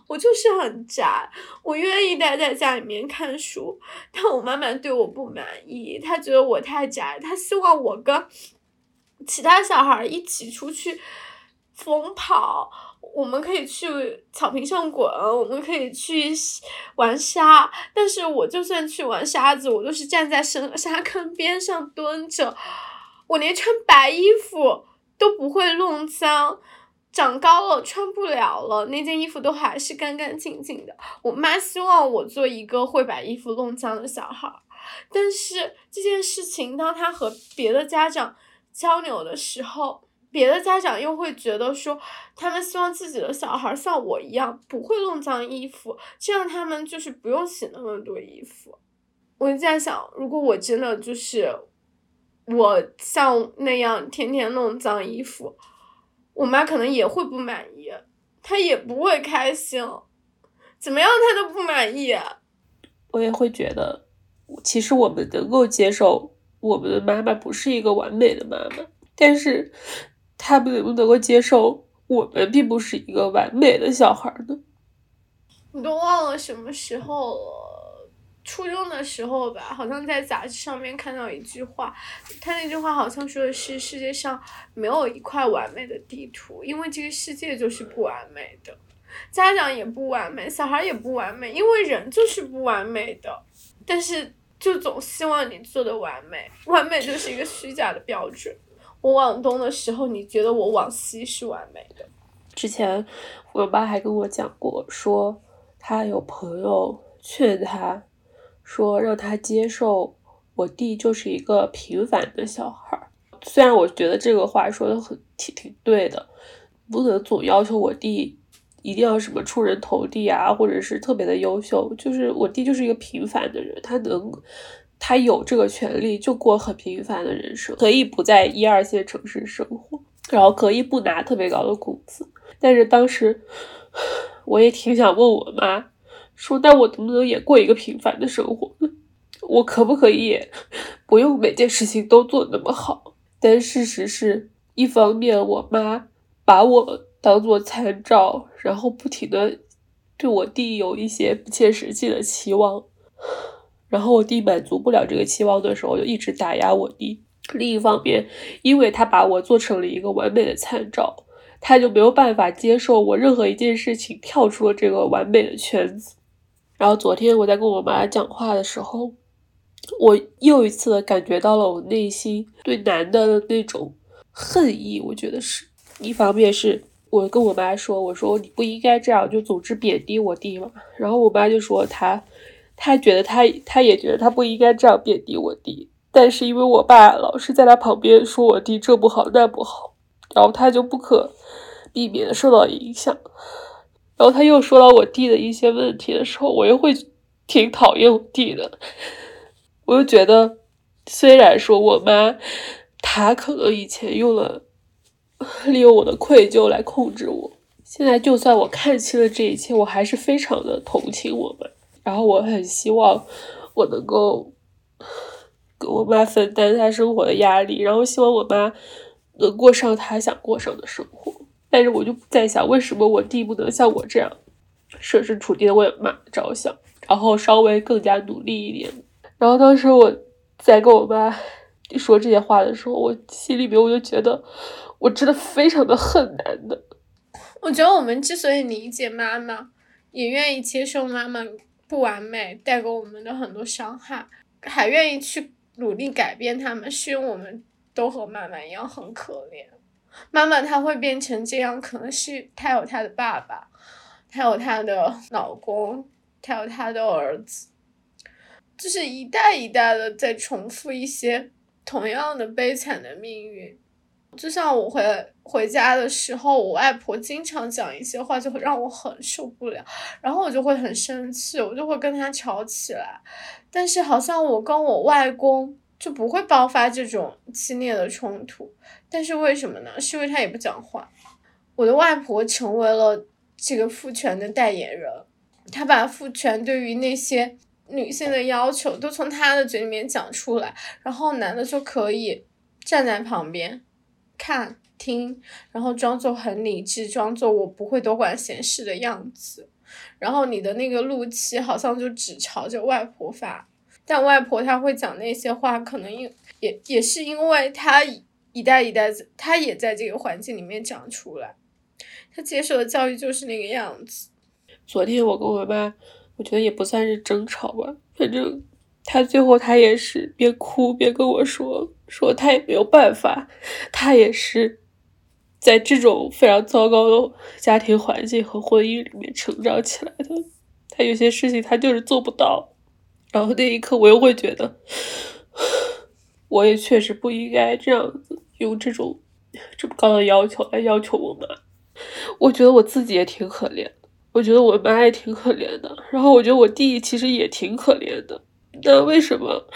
我就是很宅，我愿意待在家里面看书，但我妈妈对我不满意，她觉得我太宅，她希望我跟其他小孩一起出去疯跑，我们可以去草坪上滚，我们可以去玩沙，但是我就算去玩沙子，我都是站在深沙坑边上蹲着，我连穿白衣服都不会弄脏，长高了穿不了了，那件衣服都还是干干净净的。我妈希望我做一个会把衣服弄脏的小孩，但是这件事情当她和别的家长交流的时候，别的家长又会觉得说，他们希望自己的小孩像我一样不会弄脏衣服，这样他们就是不用洗那么多衣服。我就在想，如果我真的就是我像那样天天弄脏衣服，我妈可能也会不满意，她也不会开心，怎么样她都不满意。 我也会觉得，其实我们能够接受我们的妈妈不是一个完美的妈妈，但是他们能不能够接受我们并不是一个完美的小孩呢？ 我都忘了什么时候了，初中的时候吧，好像在杂志上面看到一句话，他那句话好像说的是世界上没有一块完美的地图，因为这个世界就是不完美的，家长也不完美，小孩也不完美，因为人就是不完美的，但是就总希望你做的完美，完美就是一个虚假的标准。我往东的时候，你觉得我往西是完美的。 之前我爸还跟我讲过，说他有朋友劝他说让他接受我弟就是一个平凡的小孩。虽然我觉得这个话说的很挺挺对的，不能总要求我弟一定要什么出人头地啊，或者是特别的优秀，就是我弟就是一个平凡的人，他能他有这个权利就过很平凡的人生，可以不在一二线城市生活，然后可以不拿特别高的工资。但是当时我也挺想问我妈说，那我能不能也过一个平凡的生活呢？我可不可以也不用每件事情都做那么好？但事实是，一方面我妈把我当做参照，然后不停的对我弟有一些不切实际的期望，然后我弟满足不了这个期望的时候，就一直打压我弟。另一方面，因为他把我做成了一个完美的参照，他就没有办法接受我任何一件事情跳出了这个完美的圈子。然后昨天我在跟我妈讲话的时候，我又一次的感觉到了我内心对男的那种恨意。我觉得是一方面是我跟我妈说，我说你不应该这样就总之贬低我弟嘛，然后我妈就说她她觉得她她也觉得她不应该这样贬低我弟，但是因为我爸老是在他旁边说我弟这不好那不好，然后他就不可避免的受到影响。然后他又说到我弟的一些问题的时候，我又会挺讨厌我弟的。我就觉得，虽然说我妈她可能以前用了利用我的愧疚来控制我，现在就算我看清了这一切，我还是非常的同情我妈。然后我很希望我能够跟我妈分担她生活的压力，然后希望我妈能过上她想过上的生活。但是我就在想，为什么我弟不能像我这样设身处地的为我妈着想，然后稍微更加努力一点。然后当时我在跟我妈说这些话的时候，我心里面我就觉得我真的非常的恨男的。 我觉得我们之所以理解妈妈，也愿意接受妈妈不完美带给我们的很多伤害，还愿意去努力改变他们，是因为我们都和妈妈一样很可怜。妈妈她会变成这样，可能是她有她的爸爸，她有她的老公，她有她的儿子，就是一代一代的在重复一些同样的悲惨的命运。就像我回回家的时候，我外婆经常讲一些话，就会让我很受不了，然后我就会很生气，我就会跟她吵起来。但是好像我跟我外公就不会爆发这种激烈的冲突，但是为什么呢？是因为他也不讲话。我的外婆成为了这个父权的代言人，她把父权对于那些女性的要求都从她的嘴里面讲出来，然后男的就可以站在旁边看听，然后装作很理智，装作我不会多管闲事的样子。 然后你的那个怒气好像就只朝着外婆发，但外婆她会讲那些话，可能因也也是因为她一代一代她也在这个环境里面长出来，她接受的教育就是那个样子。 昨天我跟我妈，我觉得也不算是争吵吧，反正她最后她也是边哭边跟我说，说她也没有办法，她也是在这种非常糟糕的家庭环境和婚姻里面成长起来的，她有些事情她就是做不到。然后那一刻我又会觉得，我也确实不应该这样子用这种这么高的要求来要求我妈。我觉得我自己也挺可怜的，我觉得我妈也挺可怜的，然后我觉得我弟其实也挺可怜的。那为什么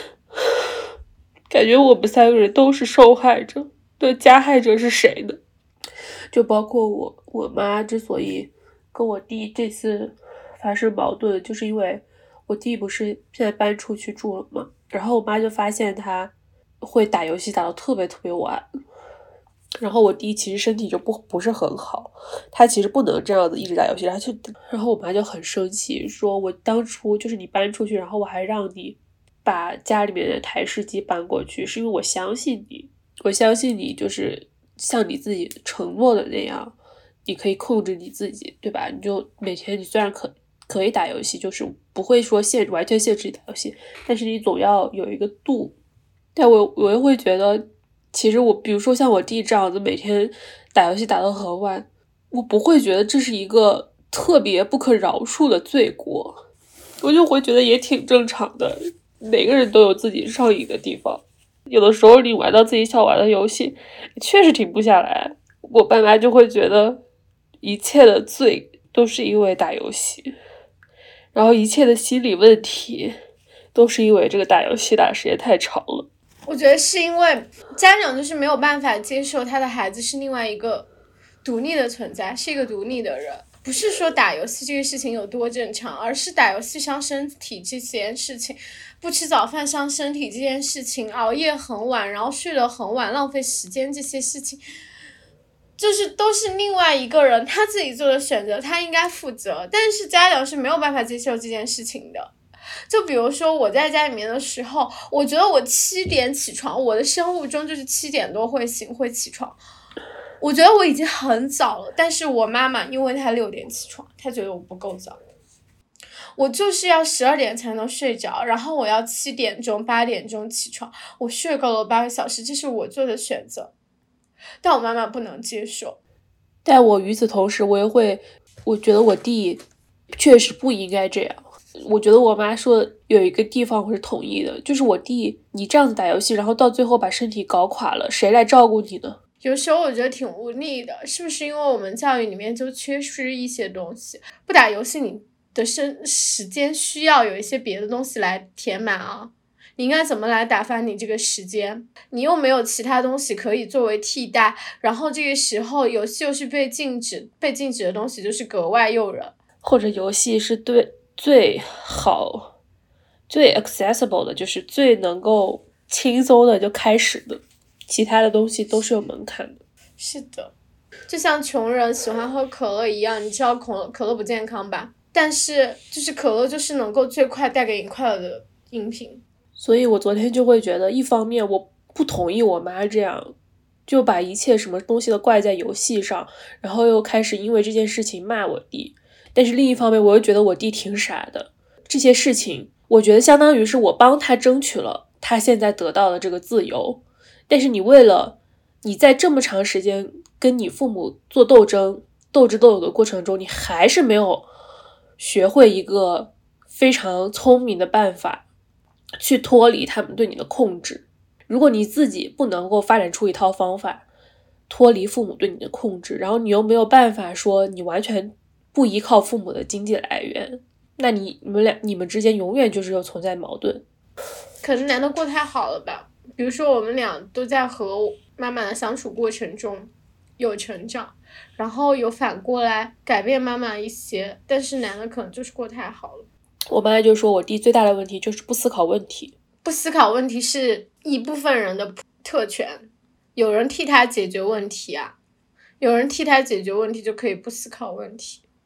感觉我们三个人都是受害者？对，加害者是谁呢？就包括我我妈之所以跟我弟这次发生矛盾，就是因为我弟不是现在搬出去住了嘛，然后我妈就发现他会打游戏打到特别特别晚，然后我弟其实身体就不不是很好，他其实不能这样子一直打游戏，然后就然后我妈就很生气，说我当初就是你搬出去，然后我还让你把家里面的台式机搬过去，是因为我相信你，我相信你就是像你自己承诺的那样，你可以控制你自己，对吧？你就每天你虽然可可以打游戏，就是不会说限完全限制你打游戏，但是你总要有一个度。但我我又会觉得，其实我比如说像我弟这样子每天打游戏打到很晚，我不会觉得这是一个特别不可饶恕的罪过，我就会觉得也挺正常的，每个人都有自己上瘾的地方，有的时候你玩到自己想玩的游戏确实停不下来。我爸妈就会觉得一切的罪都是因为打游戏，然后一切的心理问题都是因为这个打游戏打时间太长了。 我觉得是因为家长就是没有办法接受他的孩子是另外一个独立的存在，是一个独立的人，不是说打游戏这个事情有多正常，而是打游戏伤身体这件事情，不吃早饭伤身体这件事情，熬夜很晚然后睡得很晚浪费时间这些事情，就是都是另外一个人他自己做的选择，他应该负责，但是家长是没有办法接受这件事情的。就比如说我在家里面的时候，我觉得我七点起床，我的生物钟就是七点多会醒会起床，我觉得我已经很早了，但是我妈妈因为她六点起床，她觉得我不够早，我就是要十二点才能睡着，然后我要七点钟八点钟起床，我睡够了八个小时，这是我做的选择，但我妈妈不能接受。 但我与此同时我也会，我觉得我弟确实不应该这样。我觉得我妈说有一个地方我是同意的，就是我弟你这样子打游戏，然后到最后把身体搞垮了，谁来照顾你呢？ 有时候我觉得挺无力的，是不是因为我们教育里面就缺失一些东西，不打游戏你的生时间需要有一些别的东西来填满啊，你应该怎么来打发你这个时间，你又没有其他东西可以作为替代，然后这个时候游戏又是被禁止，被禁止的东西就是格外诱人， 或者游戏是对最好最 accessible 的，就是最能够轻松的就开始的，其他的东西都是有门槛的。 是的，就像穷人喜欢喝可乐一样，你知道可可乐不健康吧，但是就是可乐就是能够最快带给你快乐的饮品。 所以我昨天就会觉得，一方面我不同意我妈这样就把一切什么东西都怪在游戏上，然后又开始因为这件事情骂我弟，但是另一方面我又觉得我弟挺傻的，这些事情我觉得相当于是我帮他争取了他现在得到的这个自由，但是你为了你在这么长时间跟你父母做斗争斗智斗勇的过程中，你还是没有学会一个非常聪明的办法去脱离他们对你的控制。如果你自己不能够发展出一套方法脱离父母对你的控制，然后你又没有办法说你完全不依靠父母的经济来源，那你你们俩你们之间永远就是有存在矛盾。 可能男的过太好了吧，比如说我们俩都在和妈妈的相处过程中有成长，然后有反过来改变妈妈一些，但是男的可能就是过太好了。 我妈就说我弟最大的问题就是不思考问题， 不思考问题是一部分人的特权，有人替他解决问题啊，有人替他解决问题就可以不思考问题。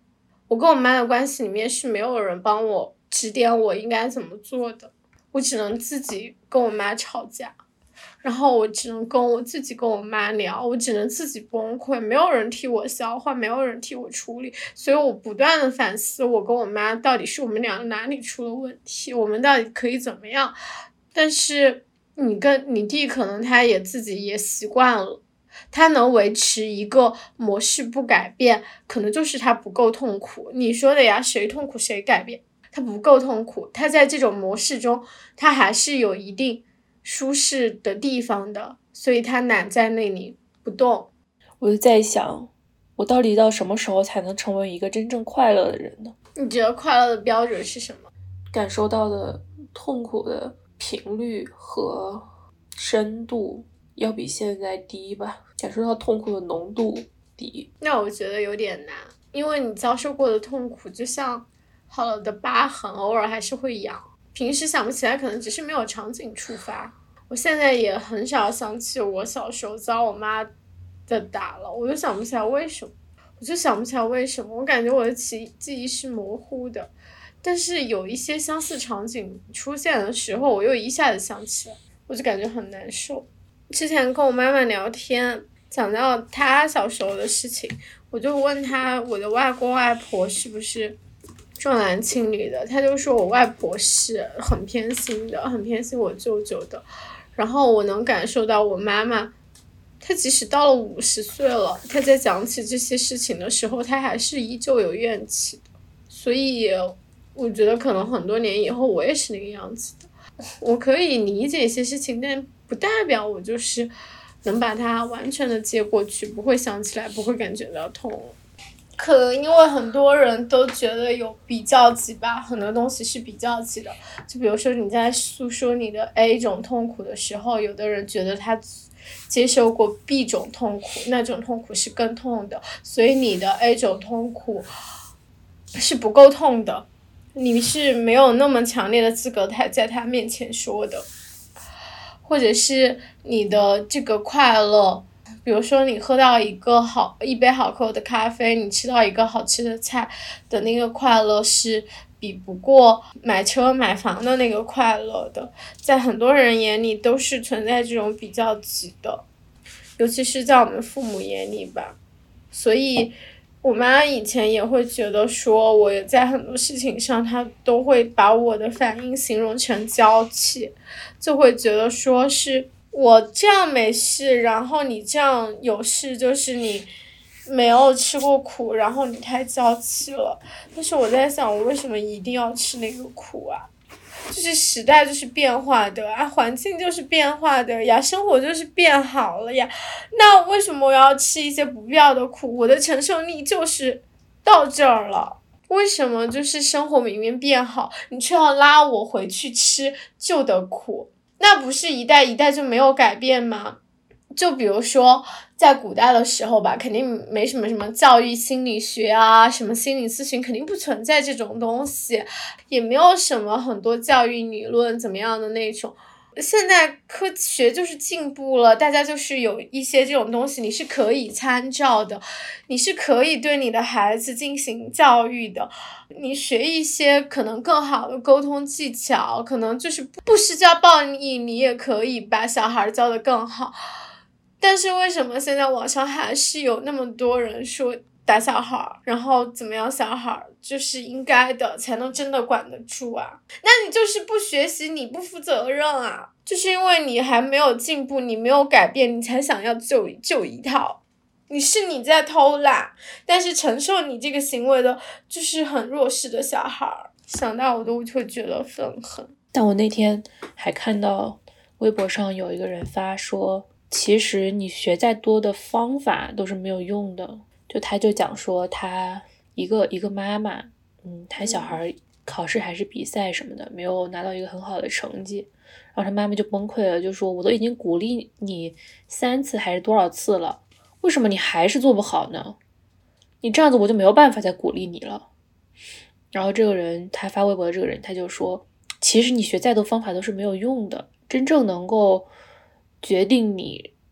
我跟我妈的关系里面是没有人帮我指点我应该怎么做的，我只能自己跟我妈吵架，然后我只能跟我自己跟我妈聊，我只能自己崩溃，没有人替我消化，没有人替我处理，所以我不断的反思我跟我妈到底是我们俩哪里出了问题，我们到底可以怎么样。但是你跟你弟可能他也自己也习惯了，他能维持一个模式不改变，可能就是他不够痛苦。你说的呀，谁痛苦谁改变，他不够痛苦，他在这种模式中他还是有一定舒适的地方的，所以他懒在那里不动。 我就在想，我到底到什么时候才能成为一个真正快乐的人呢？ 你觉得快乐的标准是什么？ 感受到的痛苦的频率和深度要比现在低吧，感受到痛苦的浓度低。 那我觉得有点难，因为你遭受过的痛苦就像好了的疤痕，偶尔还是会痒，平时想不起来，可能只是没有场景触发。我现在也很少想起我小时候遭我妈的打了，我就想不起来为什么，我就想不起来为什么，我感觉我的记记忆是模糊的，但是有一些相似场景出现的时候，我又一下子想起来，我就感觉很难受。之前跟我妈妈聊天，讲到她小时候的事情，我就问她我的外公外婆是不是重男轻女的，她就说我外婆是很偏心的，很偏心我舅舅的。然后我能感受到我妈妈，她即使到了五十岁了，她在讲起这些事情的时候，她还是依旧有怨气的。所以我觉得可能很多年以后我也是那个样子的。我可以理解一些事情，但不代表我就是能把它完全的接过去，不会想起来，不会感觉到痛。可能因为很多人都觉得有比较级吧，很多东西是比较级的。就比如说你在诉说你的 A 种痛苦的时候，有的人觉得他接受过 B 种痛苦，那种痛苦是更痛的，所以你的 A 种痛苦是不够痛的，你是没有那么强烈的资格在他面前说的。或者是你的这个快乐，比如说你喝到一个好一杯好喝的咖啡，你吃到一个好吃的菜的那个快乐是比不过买车买房的那个快乐的，在很多人眼里都是存在这种比较级的，尤其是在我们父母眼里吧。所以我妈以前也会觉得说我在很多事情上她都会把我的反应形容成娇气，就会觉得说是我这样没事，然后你这样有事，就是你没有吃过苦，然后你太娇气了。但是我在想，我为什么一定要吃那个苦啊？就是时代就是变化的啊，环境就是变化的呀，生活就是变好了呀，那为什么我要吃一些不必要的苦？我的承受力就是到这儿了，为什么就是生活明明变好，你却要拉我回去吃旧的苦？那不是一代一代就没有改变吗？就比如说在古代的时候吧，肯定没什么什么教育心理学啊，什么心理咨询肯定不存在这种东西，也没有什么很多教育理论怎么样的那种。现在科学就是进步了，大家就是有一些这种东西你是可以参照的，你是可以对你的孩子进行教育的，你学一些可能更好的沟通技巧，可能就是不施加暴力，你也可以把小孩教得更好。但是为什么现在网上还是有那么多人说打小孩，然后怎么样小孩就是应该的才能真的管得住啊？那你就是不学习，你不负责任啊，就是因为你还没有进步，你没有改变，你才想要救救一套。你是你在偷懒，但是承受你这个行为的就是很弱势的小孩，想到我都会觉得愤恨。 但我那天还看到微博上有一个人发说，其实你学再多的方法都是没有用的。就他就讲说他一个一个妈妈，嗯，他小孩考试还是比赛什么的没有拿到一个很好的成绩，然后他妈妈就崩溃了，就说我都已经鼓励你三次还是多少次了，为什么你还是做不好呢？你这样子我就没有办法再鼓励你了。然后这个人他发微博的这个人他就说，其实你学再多方法都是没有用的，真正能够决定你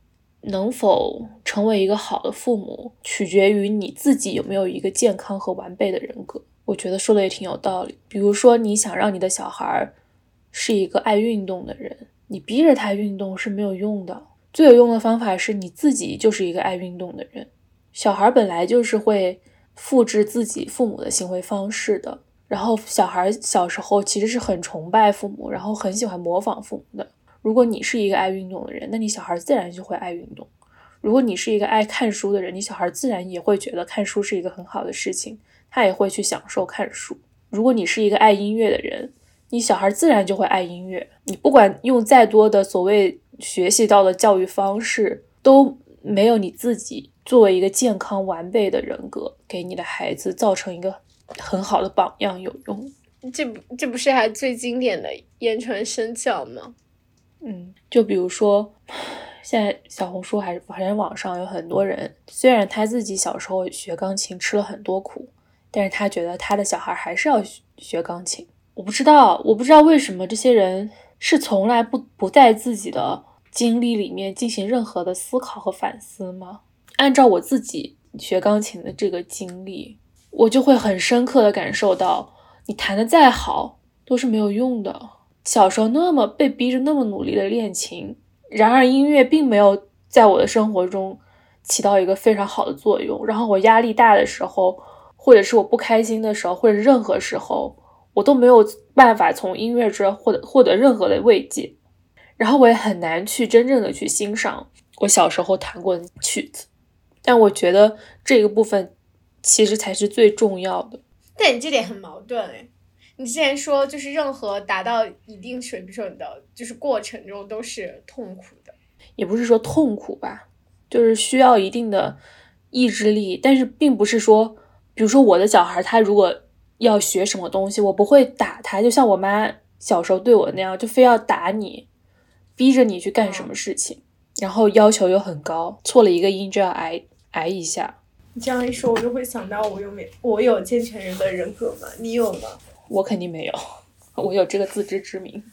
能否成为一个好的父母，取决于你自己有没有一个健康和完备的人格。我觉得说的也挺有道理。比如说你想让你的小孩是一个爱运动的人，你逼着他运动是没有用的，最有用的方法是你自己就是一个爱运动的人。小孩本来就是会复制自己父母的行为方式的，然后小孩小时候其实是很崇拜父母，然后很喜欢模仿父母的。如果你是一个爱运动的人，那你小孩自然就会爱运动。如果你是一个爱看书的人，你小孩自然也会觉得看书是一个很好的事情，他也会去享受看书。如果你是一个爱音乐的人，你小孩自然就会爱音乐。你不管用再多的所谓学习到的教育方式，都没有你自己作为一个健康完备的人格给你的孩子造成一个很好的榜样有用。 这不这不是还最经典的言传身教吗？ 嗯，就比如说现在小红书还是反正网上有很多人，虽然他自己小时候学钢琴吃了很多苦，但是他觉得他的小孩还是要学钢琴。我不知道我不知道为什么这些人是从来不不在自己的经历里面进行任何的思考和反思吗？按照我自己学钢琴的这个经历，我就会很深刻的感受到，你弹得再好都是没有用的。小时候那么被逼着那么努力的练琴，然而音乐并没有在我的生活中起到一个非常好的作用。然后我压力大的时候，或者是我不开心的时候，或者任何时候，我都没有办法从音乐中获得获得任何的慰藉。然后我也很难去真正的去欣赏我小时候弹过的曲子。但我觉得这个部分其实才是最重要的。 但你这点很矛盾诶，你之前说就是任何达到一定水准的就是过程中都是痛苦的。 也不是说痛苦吧，就是需要一定的意志力，但是并不是说比如说我的小孩他如果要学什么东西，我不会打他，就像我妈小时候对我那样，就非要打你，逼着你去干什么事情、嗯、然后要求又很高，错了一个音就要挨挨一下。 你这样一说我就会想到我有没我有健全人的人格吗？你有吗？ 我肯定没有，我有这个自知之明。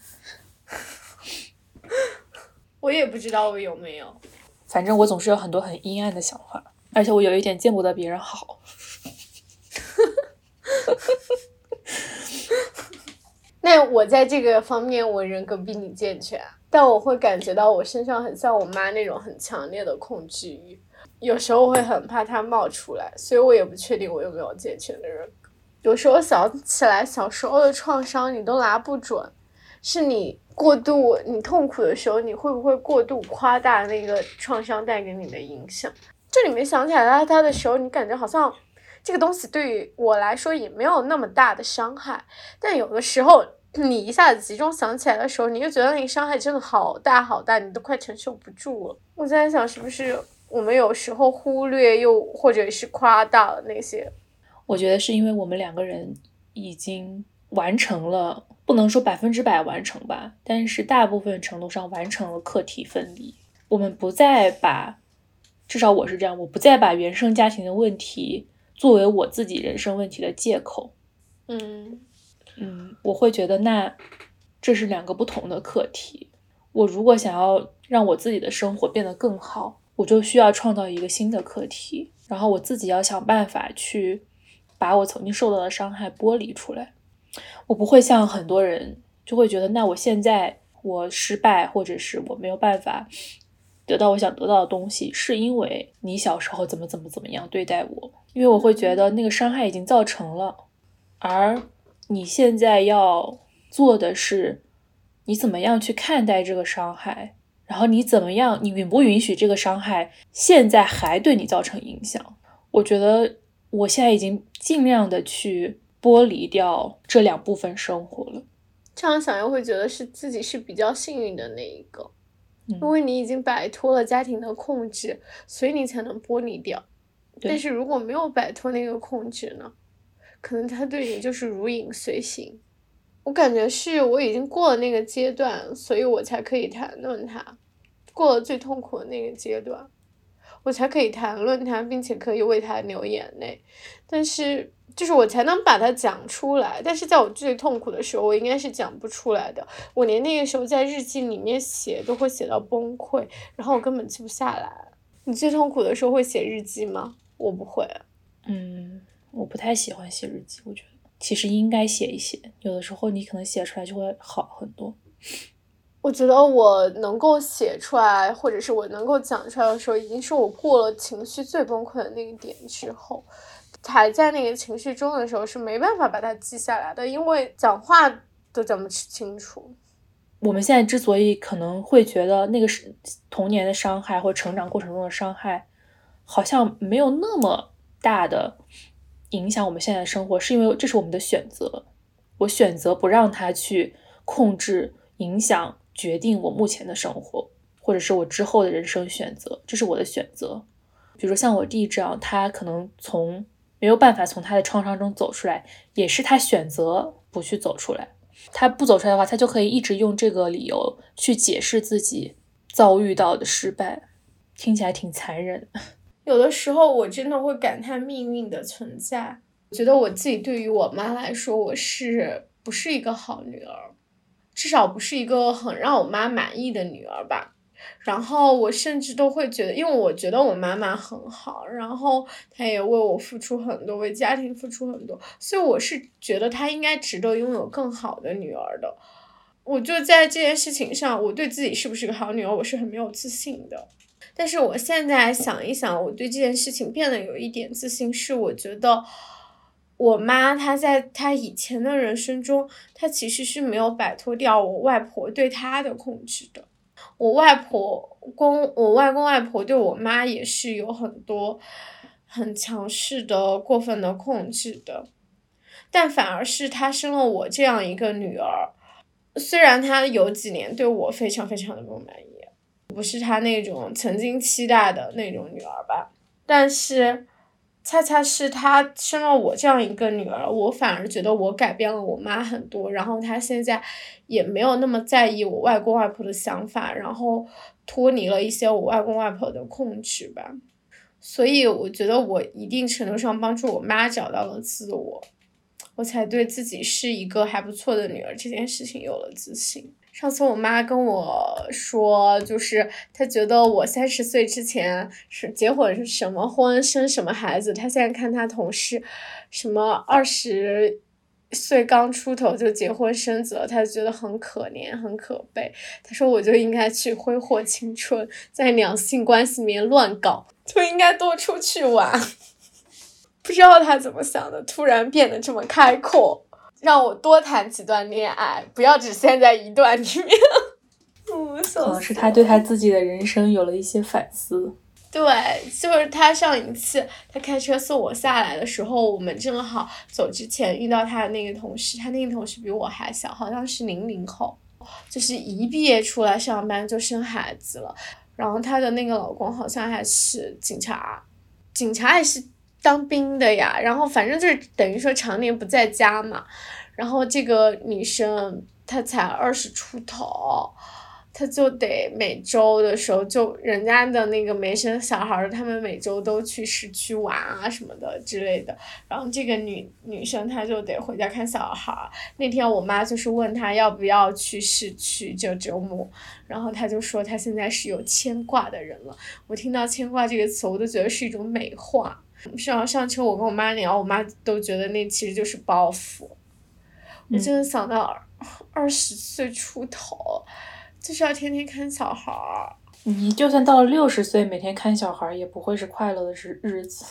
我也不知道我有没有， 反正我总是有很多很阴暗的想法，而且我有一点见不得别人好。 那我在这个方面我人格比你健全，但我会感觉到我身上很像我妈那种很强烈的控制欲，有时候会很怕它冒出来，所以我也不确定我有没有健全的人格。有时候想起来小时候的创伤你都拿不准，是你过度你痛苦的时候你会不会过度夸大那个创伤带给你的影响。这里面想起来它的时候，你感觉好像这个东西对于我来说也没有那么大的伤害，但有的时候你一下子集中想起来的时候，你就觉得那个伤害真的好大好大，你都快承受不住了。我在想是不是我们有时候忽略又或者是夸大了那些。 我觉得是因为我们两个人已经完成了，不能说百分之百完成吧，但是大部分程度上完成了课题分离。我们不再把，至少我是这样，我不再把原生家庭的问题作为我自己人生问题的借口。 嗯嗯，我会觉得那这是两个不同的课题。我如果想要让我自己的生活变得更好，我就需要创造一个新的课题，然后我自己要想办法去把我曾经受到的伤害剥离出来。我不会像很多人就会觉得那我现在我失败，或者是我没有办法得到我想得到的东西，是因为你小时候怎么怎么怎么样对待我。因为我会觉得那个伤害已经造成了，而你现在要做的是你怎么样去看待这个伤害，然后你怎么样，你允不允许这个伤害现在还对你造成影响。我觉得我现在已经尽量的去剥离掉这两部分生活了。 这样想又会觉得是自己是比较幸运的那一个、 嗯、 因为你已经摆脱了家庭的控制，所以你才能剥离掉。但是如果没有摆脱那个控制呢，可能他对你就是如影随形。我感觉是我已经过了那个阶段，所以我才可以谈论它，过了最痛苦的那个阶段我才可以谈论它，并且可以为它流眼泪。但是就是我才能把它讲出来，但是在我最痛苦的时候我应该是讲不出来的，我连那个时候在日记里面写都会写到崩溃，然后我根本记不下来。你最痛苦的时候会写日记吗？我不会。 嗯，我不太喜欢写日记，我觉得其实应该写一写，有的时候你可能写出来就会好很多。 我觉得我能够写出来，或者是我能够讲出来的时候，已经是我过了情绪最崩溃的那个点之后，还在那个情绪中的时候是没办法把它记下来的，因为讲话都讲不清楚。 我们现在之所以可能会觉得那个是童年的伤害或成长过程中的伤害好像没有那么大的影响我们现在的生活，是因为这是我们的选择，我选择不让它去控制影响决定我目前的生活，或者是我之后的人生选择，这是我的选择。比如说像我弟这样，他可能从没有办法从他的创伤中走出来，也是他选择不去走出来。他不走出来的话，他就可以一直用这个理由去解释自己遭遇到的失败，听起来挺残忍的。 有的时候我真的会感叹命运的存在，我觉得我自己对于我妈来说，我是不是一个好女儿，至少不是一个很让我妈满意的女儿吧。然后我甚至都会觉得，因为我觉得我妈妈很好，然后她也为我付出很多，为家庭付出很多，所以我是觉得她应该值得拥有更好的女儿的。我就在这件事情上，我对自己是不是个好女儿，我是很没有自信的。但是我现在想一想，我对这件事情变得有一点自信，是我觉得我妈她在她以前的人生中，她其实是没有摆脱掉我外婆对她的控制的。我外婆公我外公外婆对我妈也是有很多很强势的过分的控制的，但反而是她生了我这样一个女儿，虽然她有几年对我非常非常的不满意，不是她那种曾经期待的那种女儿吧，但是恰恰是她生了我这样一个女儿，我反而觉得我改变了我妈很多，然后她现在也没有那么在意我外公外婆的想法，然后脱离了一些我外公外婆的控制吧。所以我觉得我一定程度上帮助我妈找到了自我，我才对自己是一个还不错的女儿这件事情有了自信。上次我妈跟我说，就是她觉得我三十岁之前是结婚什么婚生什么孩子，她现在看她同事什么二十岁刚出头就结婚生子了，她觉得很可怜很可悲。她说我就应该去挥霍青春，在两性关系里面乱搞，就应该多出去玩。不知道她怎么想的，突然变得这么开阔，让我多谈几段恋爱，不要只陷在一段里面。嗯， 可能是他对他自己的人生有了一些反思。 对，就是他上一次他开车送我下来的时候，我们正好走之前遇到他的那个同事，他那个同事比我还小，好像是零零后，就是一毕业出来上班就生孩子了，然后她的那个老公好像还是警察，警察也是当兵的呀，然后反正就是等于说常年不在家嘛，然后这个女生她才二十出头，她就得每周的时候就人家的那个没生小孩的，他们每周都去市区玩啊什么的之类的，然后这个女女生她就得回家看小孩。那天我妈就是问她要不要去市区这周末，然后她就说她现在是有牵挂的人了。我听到牵挂这个词我都觉得是一种美化。上上车我跟我妈聊，我妈都觉得那其实就是包袱。我真的想到二十岁出头就是要天天看小孩儿。 你就算到了六十岁，每天看小孩也不会是快乐的日日子。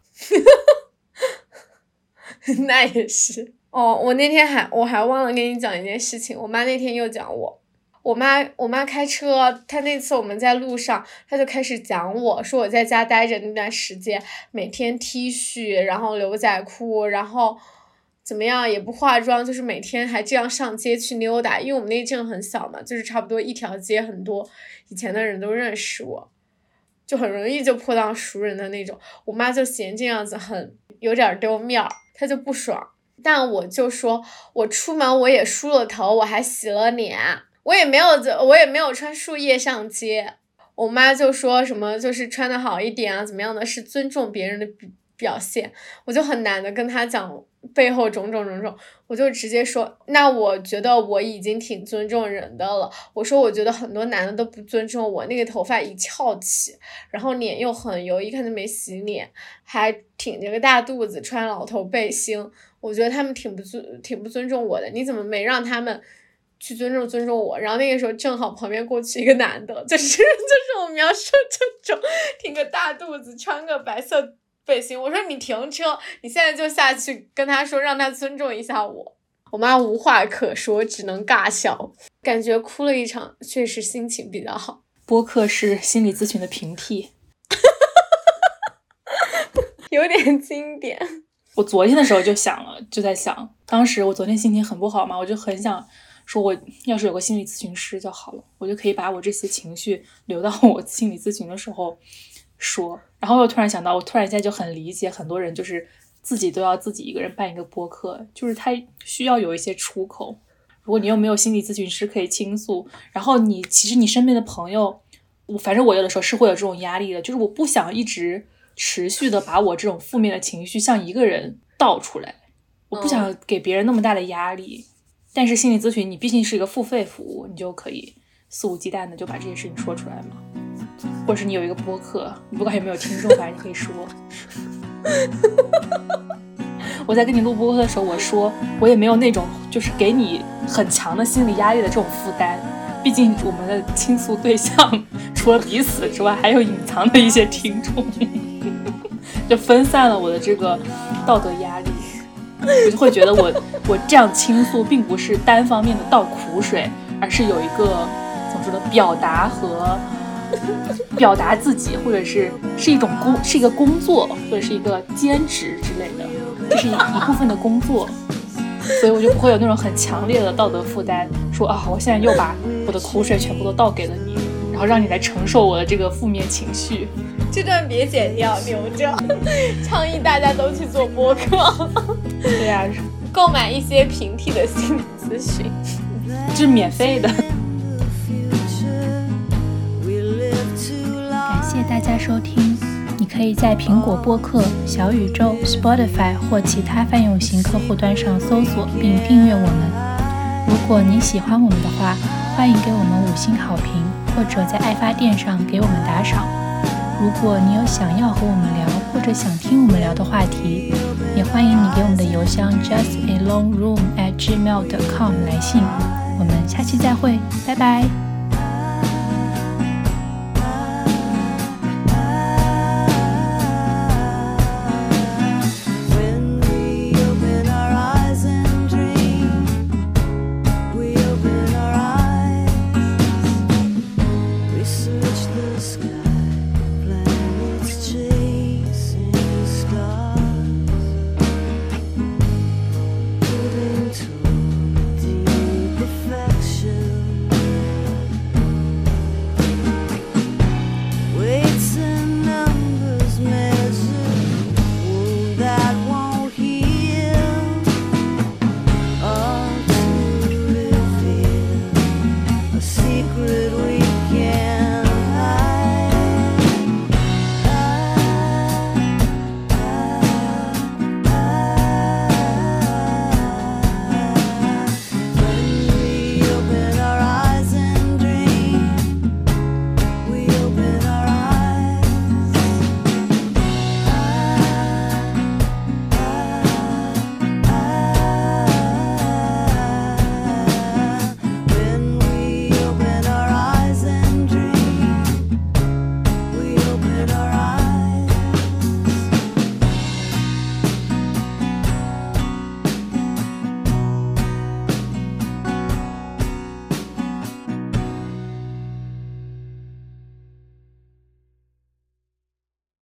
那也是哦，我那天还我还忘了跟你讲一件事情，我妈那天又讲我。我妈我妈开车，她那次我们在路上，她就开始讲我说我在家待着那段时间，每天 T 恤，然后牛仔裤，然后怎么样也不化妆，就是每天还这样上街去溜达，因为我们那镇很小嘛，就是差不多一条街很多以前的人都认识我，就很容易就碰到熟人的那种。我妈就嫌这样子很有点丢面儿，她就不爽，但我就说我出门我也梳了头，我还洗了脸，我也没有我也没有穿树叶上街。我妈就说什么就是穿得好一点啊怎么样的，是尊重别人的表现，我就很难的跟他讲背后种种种种，我就直接说，那我觉得我已经挺尊重人的了。我说我觉得很多男的都不尊重我，那个头发一翘起，然后脸又很油，一看就没洗脸，还挺着个大肚子，穿老头背心，我觉得他们挺不尊挺不尊重我的，你怎么没让他们去尊重尊重我？然后那个时候正好旁边过去一个男的，就是就是我描述这种挺个大肚子，穿个白色背心，我说你停车，你现在就下去跟他说，让他尊重一下我。我妈无话可说，只能尬笑，感觉哭了一场，确实心情比较好。 播客是心理咨询的平替。 有点经典。 我昨天的时候就想了，就在想，当时我昨天心情很不好嘛，我就很想说，我要是有个心理咨询师就好了，我就可以把我这些情绪留到我心理咨询的时候说。然后我突然想到，我突然间就很理解很多人就是自己都要自己一个人办一个播客，就是他需要有一些出口。如果你又没有心理咨询师可以倾诉，然后你其实你身边的朋友，我反正我有的时候是会有这种压力的，就是我不想一直持续的把我这种负面的情绪向一个人倒出来，我不想给别人那么大的压力。但是心理咨询你毕竟是一个付费服务，你就可以肆无忌惮的就把这些事情说出来嘛。或者是你有一个播客，你不管有没有听众，反正你可以说。我在跟你录播客的时候，我说我也没有那种就是给你很强的心理压力的这种负担，毕竟我们的倾诉对象除了彼此之外，还有隐藏的一些听众，就分散了我的这个道德压力。我就会觉得我我这样倾诉并不是单方面的倒苦水，而是有一个怎么说呢，表达和表达自己，或者是是一种工是一个工作，或者是一个兼职之类的，这是一一部分的工作，所以我就不会有那种很强烈的道德负担，说啊，我现在又把我的苦水全部都倒给了你，然后让你来承受我的这个负面情绪。 这段别剪掉，留着。倡议大家都去做播客。 对呀、啊， 购买一些平替的心理咨询， 就是免费的。 感谢大家收听，你可以在苹果播客、小宇宙、Spotify 或其他泛用型客户端上搜索并订阅我们。如果你喜欢我们的话，欢迎给我们五星好评，或者在爱发电上给我们打赏。如果你有想要和我们聊或者想听我们聊的话题，也欢迎你给我们的邮箱 just a long room at gmail dot com 来信。我们下期再会，拜拜。